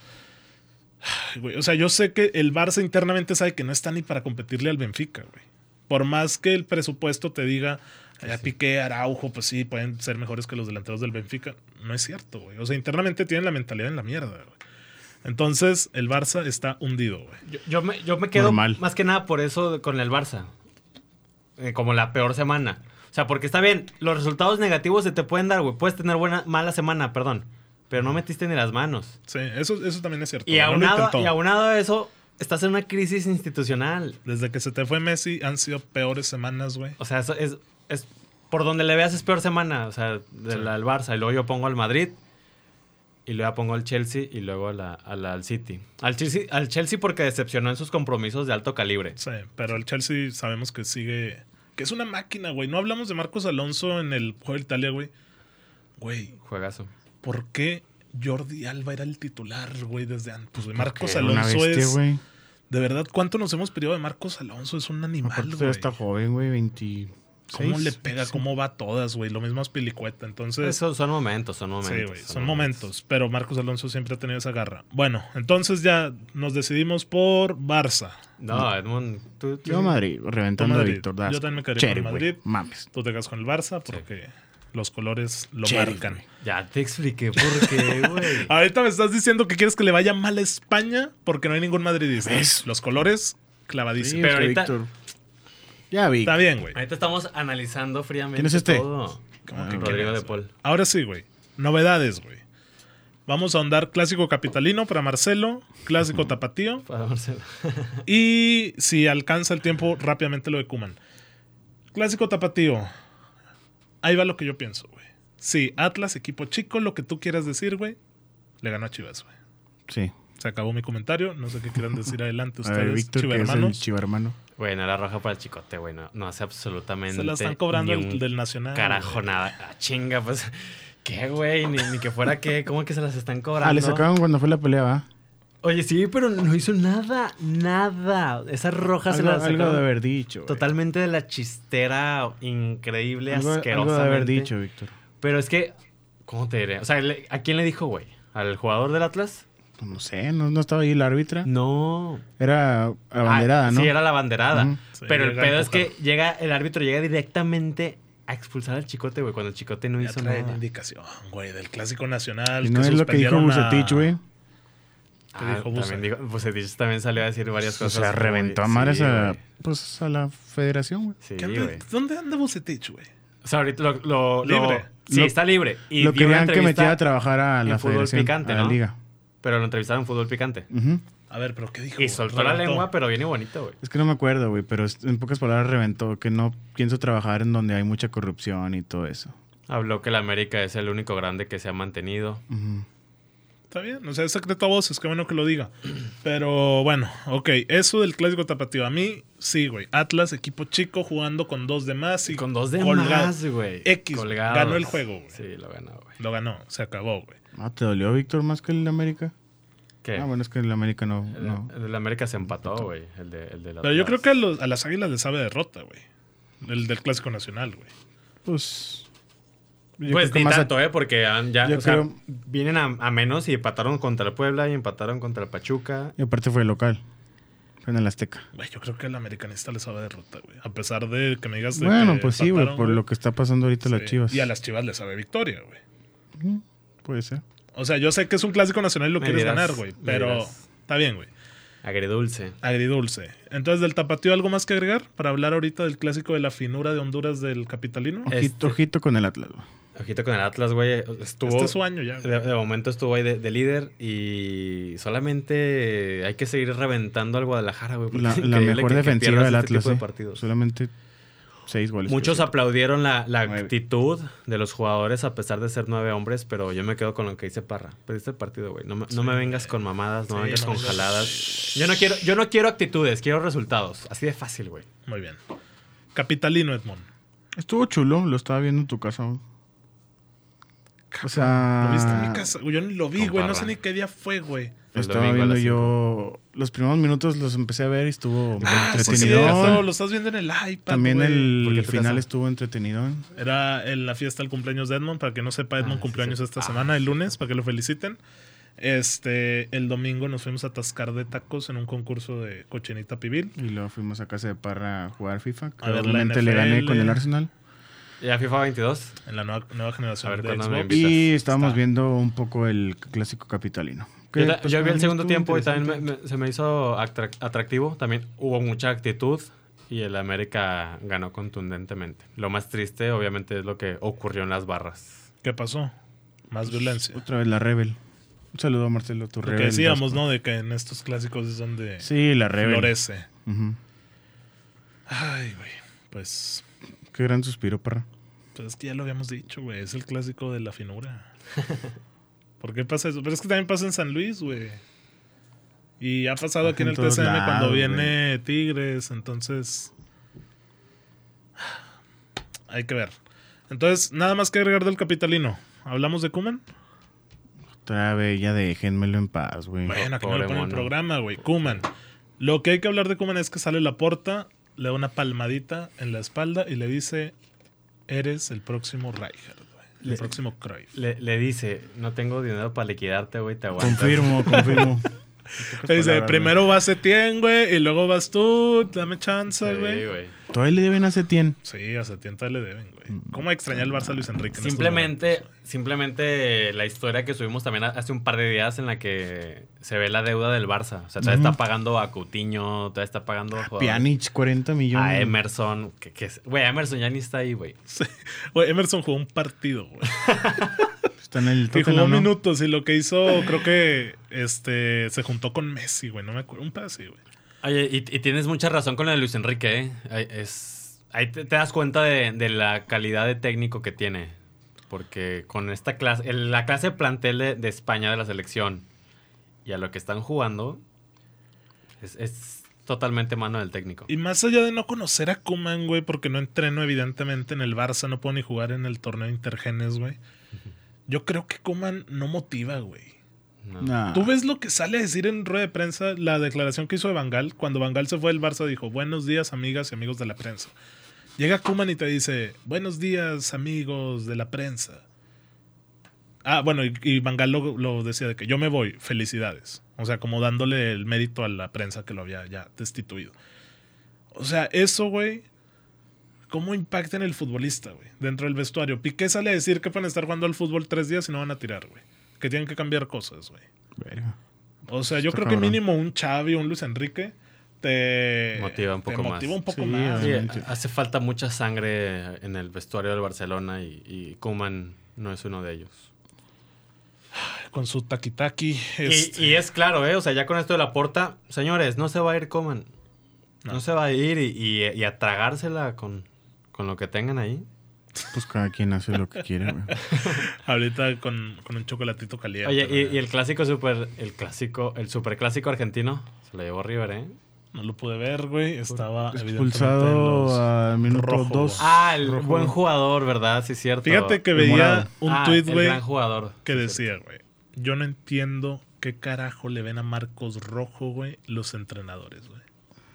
ay, güey, o sea, yo sé que el Barça internamente sabe que no está ni para competirle al Benfica, güey. Por más que el presupuesto te diga, ya Piqué, Araujo, pues sí, pueden ser mejores que los delanteros del Benfica. No es cierto, güey. O sea, internamente tienen la mentalidad en la mierda, güey. Entonces, el Barça está hundido, güey. Yo, yo me, yo me quedo Normal. más que nada por eso con el Barça. Eh, como la peor semana. O sea, porque está bien, los resultados negativos se te pueden dar, güey. Puedes tener buena, mala semana, perdón. Pero no metiste ni las manos. Sí, eso, eso también es cierto. Y güey. No lo aunado, intentó. y aunado a eso, estás en una crisis institucional. Desde que se te fue Messi han sido peores semanas, güey. O sea, eso es, es por donde le veas es peor semana. O sea, del Sí. al Barça. Y luego yo pongo al Madrid. Y luego pongo al Chelsea. Y luego a la- a la- al City. Al Chelsea, al Chelsea porque decepcionó en sus compromisos de alto calibre. Sí, pero el Chelsea sabemos que sigue... Que es una máquina, güey. No hablamos de Marcos Alonso en el juego de Italia, güey. Güey, Juegazo. ¿por qué Jordi Alba era el titular, güey, desde antes, güey? Marcos Era una Alonso bestia, es... güey. De verdad, ¿cuánto nos hemos perdido de Marcos Alonso? Es un animal, Aparte güey. todavía está joven, güey, veintiséis. ¿Cómo le pega? Sí. ¿Cómo va a todas, güey? Lo mismo a Pilicueta. Entonces... Eso son momentos, son momentos. Sí, güey, son momentos. Pero Marcos Alonso siempre ha tenido esa garra. Bueno, entonces ya nos decidimos por Barça. No, Edmond, tú, tú- Yo Madrid, reventando Tú a Madrid. Víctor. Yo das también me quedaría Cherry, con güey. Madrid. Mames. Tú te quedas con el Barça porque los colores lo Cherry, marcan. güey. Ya te expliqué por qué, güey. Ahorita me estás diciendo que quieres que le vaya mal a España porque no hay ningún madridista. ¿Ves? Los colores Sí, clavadísimos. Pero es que ahorita- Víctor. Ya vi. Está bien, güey. Ahorita estamos analizando fríamente ¿Quién es este? todo. ¿Cómo que que Rodrigo quién de es, Paul. güey? Ahora sí, güey. Novedades, güey. Vamos a ahondar clásico capitalino para Marcelo, clásico tapatío. Para Marcelo. Y si alcanza el tiempo, rápidamente lo de Koeman. Clásico tapatío. Ahí va lo que yo pienso, güey. Sí, Atlas, equipo chico, lo que tú quieras decir, güey. Le ganó a Chivas, güey. Sí. Se acabó mi comentario. No sé qué quieran decir adelante A ver, ustedes, Víctor, que es el chivermanos. chivermano. Güey, no era roja para el chicote, güey. No, no hace absolutamente Se la están cobrando ni el un del Nacional. carajo güey. nada. Ah, chinga, pues. ¿Qué, güey? Ni, ni que fuera qué. ¿Cómo que se las están cobrando? Ah, le sacaron cuando fue la pelea, ¿va? Oye, sí, pero no hizo nada. Nada. Esa roja se Algo, las algo sacaron de haber dicho. güey. totalmente de la chistera increíble, Algo, asquerosa. algo de haber dicho, Víctor. Pero es que ¿Cómo te diré? O sea, le- ¿a quién le dijo, güey? ¿Al jugador del Atlas? Pues no sé, no, no estaba ahí el árbitra. No. Era la banderada, Ah, ¿no? Sí, era la banderada. Ujú. Sí, Pero el llega a pedo es que empujar. llega, el árbitro llega directamente a expulsar al Chicote, güey, cuando el Chicote no Ya hizo traen nada. indicación, güey, del Clásico Nacional. Y no es lo que dijo suspendieron a- Bucetich, güey. ¿Qué Ah, dijo Buce? también dijo, Bucetich también salió a decir varias O cosas. sea, como- reventó a sí, madres a, güey. pues, a la federación, güey. Sí, ¿Qué anda- güey. ¿Dónde anda Bucetich, güey? O sea, ahorita lo... lo- lo- Libre. sí, Lo- está libre. Y Lo dio una querían que entrevista metiera a trabajar a en la fútbol federación, picante, a la ¿no? liga. Pero lo entrevistaron en fútbol picante. Ujú. A ver, pero ¿qué dijo? Y soltó la Reventó. lengua, pero bien y bonito, güey. Es que no me acuerdo, güey, pero es- en pocas palabras reventó que no pienso trabajar en donde hay mucha corrupción y todo eso. Habló que la América es el único grande que se ha mantenido. Ujú. Está bien, o sea, es secreto a voces, qué bueno que lo diga. Pero bueno, ok, eso del Clásico Tapatío. A mí, sí, güey. Atlas, equipo chico, jugando con dos de más. Y Con dos de colgado. más, güey. X, Colgados. ganó el juego, güey. Sí, lo ganó, güey. Lo ganó, se acabó, güey. Ah, ¿te dolió, Víctor, más que el de América? ¿Qué? Ah, bueno, es que el de América no. El, no. el de la América se empató, güey. El de, el de la Pero yo creo que a, los- a las Águilas les sabe derrota, güey. El del Clásico Nacional, güey. Pues. yo Pues creo que ni más a- tanto, ¿eh? Porque han- ya, yo o sea, creo- vienen a, a menos y empataron contra el Puebla y empataron contra el Pachuca. Y aparte fue local. Fue en el Azteca. Güey, yo creo que el americanista le sabe derrota, güey. A pesar de que me digas de Bueno, que pues sí, güey, empataron, por lo que está pasando ahorita las Sí. Chivas. Y a las Chivas les sabe victoria, güey. Ujú, puede ser. O sea, yo sé que es un Clásico Nacional y lo Me quieres dirás, ganar, güey. me Pero dirás. está bien, güey. Agridulce. Agridulce. Entonces, del Tapatío, ¿algo más que agregar? Para hablar ahorita del Clásico de la finura de Honduras del Capitalino. Eh, Ojito, Este- ojito con el Atlas, güey. Ojito con el Atlas, güey. Estuvo. Este es su año ya, güey. De, de momento estuvo ahí de, de líder y solamente hay que seguir reventando al Guadalajara, güey. porque La, es la increíble mejor que- que defensiva pierdas del este Atlas, tipo de eh. partidos. Solamente seis goles. Muchos por cierto. aplaudieron la, la Nueve. actitud de los jugadores a pesar de ser nueve hombres, pero yo me quedo con lo que dice Parra. Perdiste el partido, güey. No, me- no me vengas con mamadas, no Sí, me vengas no con vengas. jaladas. Yo no quiero, yo no quiero actitudes, quiero resultados. Así de fácil, güey. Muy bien. Capitalino, Edmond. Estuvo chulo, lo estaba viendo en tu casa, güey. O sea. ¿Lo viste en mi casa? Yo ni lo vi, Con güey. No Parra. sé ni qué día fue, güey. El Estaba domingo a viendo las yo. Los primeros minutos los empecé a ver y estuvo Ah, sí, entretenido. cierto. Lo estás viendo en el iPad, También güey. ¿Por qué el tu final casa? estuvo entretenido. Era en la fiesta del cumpleaños de Edmond. Para que no sepa, Edmond Ah, cumplió sí, años sí. esta Ah. semana, el lunes, para que lo feliciten. Este, el domingo nos fuimos a atascar de tacos en un concurso de cochinita pibil. Y luego fuimos a casa de Parra a jugar FIFA. Que A ver la obviamente le N F L. gané con el Arsenal. Ya FIFA veintidós. En la nueva, nueva generación A ver, de ¿cuándo me Xbox. invitas? Y estábamos Está. viendo un poco el clásico capitalino. Que, Yo, ta- pues, yo vi para el mí segundo estuvo tiempo y también me- interesante. me- se me hizo atrac- atractivo. También hubo mucha actitud y el América ganó contundentemente. Lo más triste, obviamente, es lo que ocurrió en las barras. ¿Qué pasó? Más violencia. Otra vez la Rebel. Un saludo a Marcelo, tu Lo que Rebel. decíamos, Vasco. ¿no? De que en estos clásicos es donde Sí, la Rebel. florece. Ujú. Ay, güey. Pues, Qué gran suspiro, Parra. pues es que ya lo habíamos dicho, güey. Es el clásico de la finura. ¿Por qué pasa eso? Pero es que también pasa en San Luis, güey. Y ha pasado aquí en En el todos T C M cuando lados, viene Tigres. Entonces, hay que ver. Entonces, nada más que agregar del Capitalino. ¿Hablamos de Kuman? Otra vez, ya déjenmelo en paz, güey. Bueno, aquí no Pobre le ponen el mono. programa, güey. Kuman. Lo que hay que hablar de Kuman es que sale la porta, le da una palmadita en la espalda y le dice: eres el próximo Rijkaard, güey. El Le- próximo Cruyff. Le, le dice, no tengo dinero para liquidarte, güey, te aguantas. Confirmo, confirmo. Le dice: palabras, primero va Setién, güey, y luego vas tú, dame chance, Sí, güey. güey. Todavía le deben a Setién. Sí, a Setién todavía le deben, güey. ¿Cómo extrañar el Barça a Luis Enrique? en estos Simplemente, momentos, güey? simplemente la historia que subimos también hace un par de días en la que se ve la deuda del Barça. O sea, todavía Ujú. está pagando a Coutinho, todavía está pagando a jugadores. Pjanic, cuarenta millones. A Emerson. Que, que es- güey, Emerson ya ni está ahí, güey. Güey, Emerson jugó un partido, güey. Está en el Y jugó Tottenham, ¿no? minutos y lo que hizo, creo que este se juntó con Messi, güey. No me acuerdo. Un pedazo, así, güey. Oye, y, y tienes mucha razón con lo de Luis Enrique, ¿eh? Ay, Es, ahí te, te das cuenta de, de la calidad de técnico que tiene. Porque con esta clase, el- la clase de plantel de, de España de la selección y a lo que están jugando, es, es totalmente mano del técnico. Y más allá de no conocer a Koeman, güey, porque no entreno evidentemente en el Barça, no puedo ni jugar en el torneo Intergenes, güey. Yo creo que Koeman no motiva, güey. No. Nah. Tú ves lo que sale a decir en rueda de prensa, la declaración que hizo de Van Gaal. Cuando Van Gaal se fue del Barça dijo: buenos días, amigas y amigos de la prensa. Llega Koeman y te dice: buenos días, amigos de la prensa. Ah, bueno, y, y Van Gaal lo, lo decía de que yo me voy, felicidades. O sea, como dándole el mérito a la prensa que lo había ya destituido. O sea, eso, güey, ¿cómo impacta en el futbolista, güey? Dentro del vestuario. Piqué sale a decir que van a estar jugando al fútbol tres días y no van a tirar, güey. Que tienen que cambiar cosas, güey. Verga. O sea, yo Está creo cabrón. que mínimo un Xavi o un Luis Enrique te Motiva un poco te más. motiva un poco Sí, más. Sí, obviamente. hace falta mucha sangre en el vestuario del Barcelona y, y Koeman no es uno de ellos. Con su taqui-taqui. Y, este, y es claro, ¿eh? O sea, ya con esto de la Porta, señores, no se va a ir Koeman. No, No. se va a ir y, y- y a tragársela con, con lo que tengan ahí. Pues cada quien hace lo que quiere, güey. ahorita con, con un chocolatito caliente. Oye, y, güey. y el clásico super, el clásico, el superclásico argentino, se lo llevó River, ¿eh? No lo pude ver, güey. Estaba evidentemente en Expulsado los- a minuto rojo, dos. güey. Ah, el Rojo. buen jugador, ¿verdad? Sí, es cierto. Fíjate que El veía morado. un Ah, tuit, el güey, gran jugador. que Sí, decía, güey, yo no entiendo qué carajo le ven a Marcos Rojo, güey, los entrenadores, güey.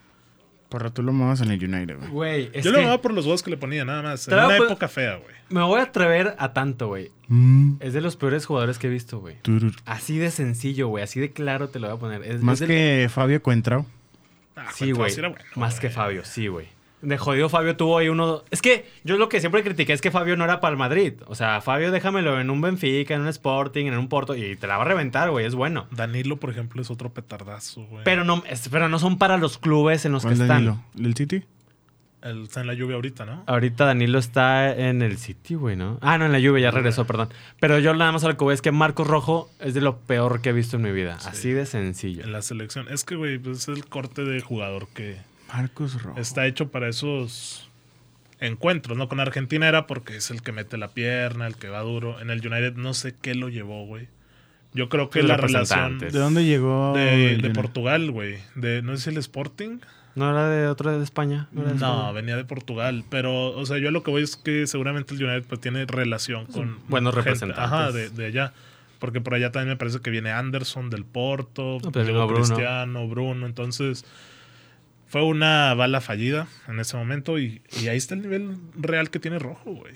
Por rato lo muevas en el United, güey. Güey, es Yo que lo amaba por los huevos que le ponía, nada más. Te En lo una voy a pon- época fea, güey. me voy a atrever a tanto, güey. Mm, Es de los peores jugadores que he visto, güey. turur. Así de sencillo, güey. Así de claro te lo voy a poner. Es, Más es del- que Fabio Cuentrao. Ah, Sí, Contreras güey. era bueno, Más güey. que Fabio, sí, güey. De jodido Fabio tuvo ahí uno... Es que yo lo que siempre critiqué es que Fabio no era para el Madrid. O sea, Fabio déjamelo en un Benfica, en un Sporting, en un Porto y te la va a reventar, güey. Es bueno. Danilo, por ejemplo, es otro petardazo, güey. Pero no, es- pero no son para los clubes en los que ¿Cuál están. Danilo? ¿Del City? Él está en la lluvia ahorita, ¿no? Ahorita Danilo está en el City, güey, ¿no? Ah, no, en la lluvia, ya regresó, perdón. Pero yo nada más a lo que voy es que Marcos Rojo es de lo peor que he visto en mi vida. Sí. Así de sencillo. En la selección. Es que, güey, pues es el corte de jugador que Marcos Rojo. está hecho para esos encuentros, ¿no? Con Argentina era porque es el que mete la pierna, el que va duro. En el United no sé qué lo llevó, güey. Yo creo que Los la relación representantes. ¿De dónde llegó? de, el de United? Portugal, güey. De, ¿no es el Sporting? ¿No era de otro de España? ¿No, era de No, España? venía de Portugal. Pero, o sea, yo lo que voy es que seguramente el United pues tiene relación con buenos gente- representantes. Ajá, de, de allá. Porque por allá también me parece que viene Anderson del Porto, No, pues, luego mismo Bruno. Cristiano, Bruno. Entonces, fue una bala fallida en ese momento. Y, y ahí está el nivel real que tiene Rojo, güey.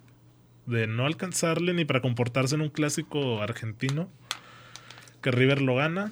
De no alcanzarle ni para comportarse en un clásico argentino. Que River lo gana.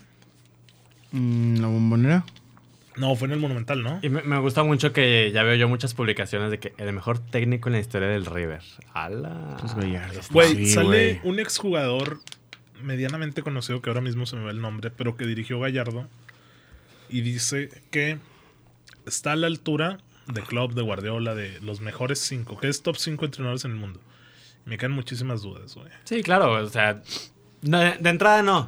Mm, La Bombonera. No, fue en el Monumental, ¿no? Y me, me gusta mucho que ya veo yo muchas publicaciones de que el mejor técnico en la historia del River. ¡Hala! Pues Gallardo. Güey, Sí, sale güey. un exjugador medianamente conocido, que ahora mismo se me va el nombre, pero que dirigió Gallardo, y dice que está a la altura de Klopp, de Guardiola, de los mejores cinco, que es top cinco entrenadores en el mundo. Y me quedan muchísimas dudas, güey. Sí, claro, o sea, no, de, de entrada no.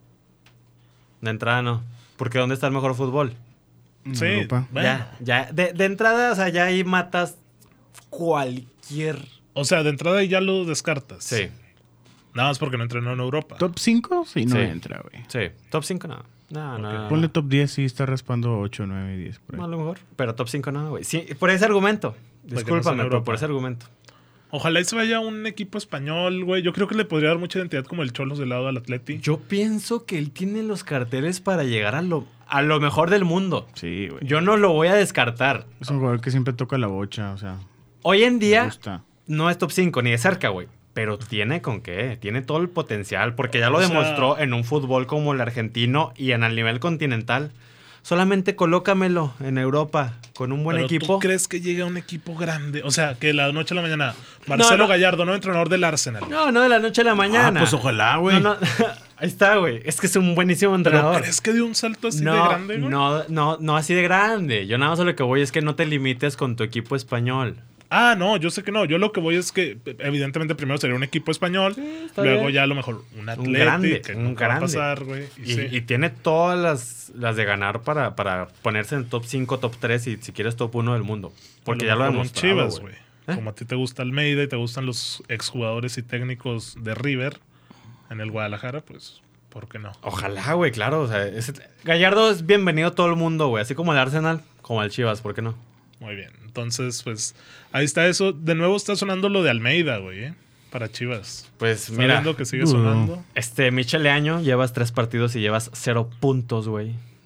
De entrada no. Porque ¿dónde está el mejor fútbol? En Sí, Europa. bueno. Ya, ya. De, de entrada, o sea, ya ahí matas cualquier... O sea, de entrada ahí ya lo descartas. Sí, Nada más porque no entrenó en Europa. ¿Top cinco? Sí, no Sí. entra, güey. sí. Top cinco no. No, no, no. Ponle top diez, sí, está raspando ocho, nueve, diez. Por ahí. No, a lo mejor. Pero top cinco no, güey. Sí, por ese argumento. no sea en Discúlpame, pero Europa. por ese argumento. Ojalá y se vaya un equipo español, güey. Yo creo que le podría dar mucha identidad como el Cholos del lado al Atleti. Yo pienso que él tiene los carteles para llegar a lo, a lo mejor del mundo. Sí, güey. Yo no lo voy a descartar. Es un jugador que siempre toca la bocha, o sea, Hoy en me día gusta. no es top cinco ni de cerca, güey. Pero tiene con qué. Tiene todo el potencial. Porque ya lo O sea- demostró en un fútbol como el argentino y en el nivel continental. Solamente colócamelo en Europa con un buen Pero equipo. ¿tú crees que llegue a un equipo grande? O sea, que la noche a la mañana. Marcelo no. Gallardo, no entrenador del Arsenal. No, no de la noche a la mañana. Ah, pues ojalá, güey. No, no. Ahí está, güey. Es que es un buenísimo ¿Pero entrenador. crees que dio un salto así no, de grande, güey? no, no, no así de grande. Yo nada más a lo que voy es que no te limites con tu equipo español. Ah, no, yo sé que no. Yo lo que voy es que, evidentemente, primero sería un equipo español. está luego bien. ya a lo mejor un Atleti, grande, que un nunca va a grande. pasar, güey. Y Y, sí. y tiene todas las, las de ganar para, para ponerse en top cinco, top tres y si quieres top uno del mundo. Porque A ya lo mejor un demostrado, Chivas, güey. güey. ¿Eh? Como a ti te gusta Almeida y te gustan los exjugadores y técnicos de River en el Guadalajara, pues, ¿por qué no? Ojalá, güey, claro. O sea, ese- Gallardo es bienvenido a todo el mundo, güey. Así como el Arsenal, como el Chivas, ¿por qué no? Muy bien. Entonces, pues, ahí está eso. De nuevo está sonando lo de Almeida, güey, ¿eh? Para Chivas. Pues Está mira, viendo que sigue dudo. sonando. este Michel Leaño, llevas tres partidos y llevas cero puntos, güey.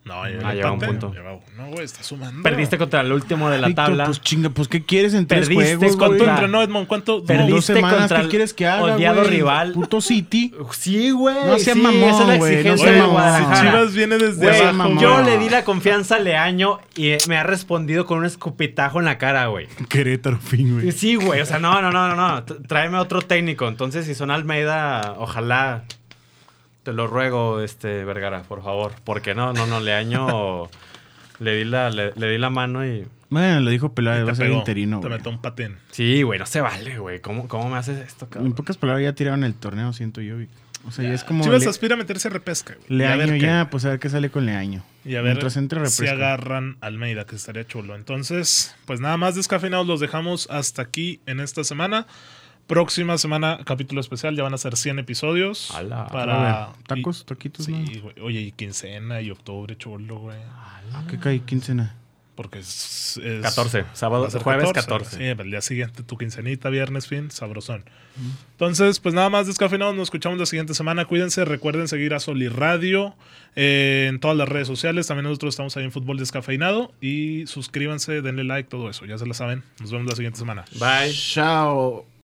No, lleva, Ah, el lleva un empate. punto. Lleva uno, güey, está sumando. Perdiste contra el último de la Víctor, tabla. pues chinga, pues ¿qué quieres en tres Perdiste juegos, ¿Cuánto güey? contra- entrenó Edmond? ¿Cuánto? En Perdiste dos semanas, contra ¿qué el quieres que haga, odiado güey? rival. Puto City. Sí, güey. No seas sí, mamón, esa es la güey, no exigencia seas de mamón. Guadalajara. Chivas viene desde Güey, abajo. mamón. yo güey. le di la confianza a Leaño y me ha respondido con un escupitajo en la cara, güey. Querétaro, fin, güey. Sí, güey. O sea, no, no, no, no, no. T- Tráeme otro técnico. Entonces, si son Almeida, ojalá. Te lo ruego, este, Vergara, por favor. Porque no, no, no, Leaño le di la, le, le di la mano y. Bueno, lo dijo Peláez, Te va a ser pegó, interino, Te güey. metió un patín. Sí, güey, no se vale, güey. ¿Cómo, ¿Cómo me haces esto, En cabrón? pocas palabras ya tiraron el torneo, siento yo. Vic. O sea, ya, es como Chivas le- aspira a meterse a repesca, güey. Y a Leaño ver qué. ya, pues a ver qué sale con Leaño. Y a ver Mientras entre si refresco. agarran Almeida, que estaría chulo. Entonces, pues nada más descafeinados los dejamos hasta aquí en esta semana. Próxima semana, capítulo especial, ya van a ser cien episodios. Ala. Para A ver, tacos, taquitos, ¿no? Sí, güey. Oye, y quincena y octubre, chulo, güey. Ah, ¿qué cae? quincena. Porque es, es- catorce, sábado, va a ser jueves catorce. Sí, el día siguiente, tu quincenita, viernes, fin, sabrosón. Entonces, pues nada más descafeinados, nos escuchamos la siguiente semana. Cuídense, recuerden seguir a Soli Radio eh, en todas las redes sociales. También nosotros estamos ahí en Fútbol Descafeinado. Y suscríbanse, denle like, todo eso, ya se la saben. Nos vemos la siguiente semana. Bye. Chao.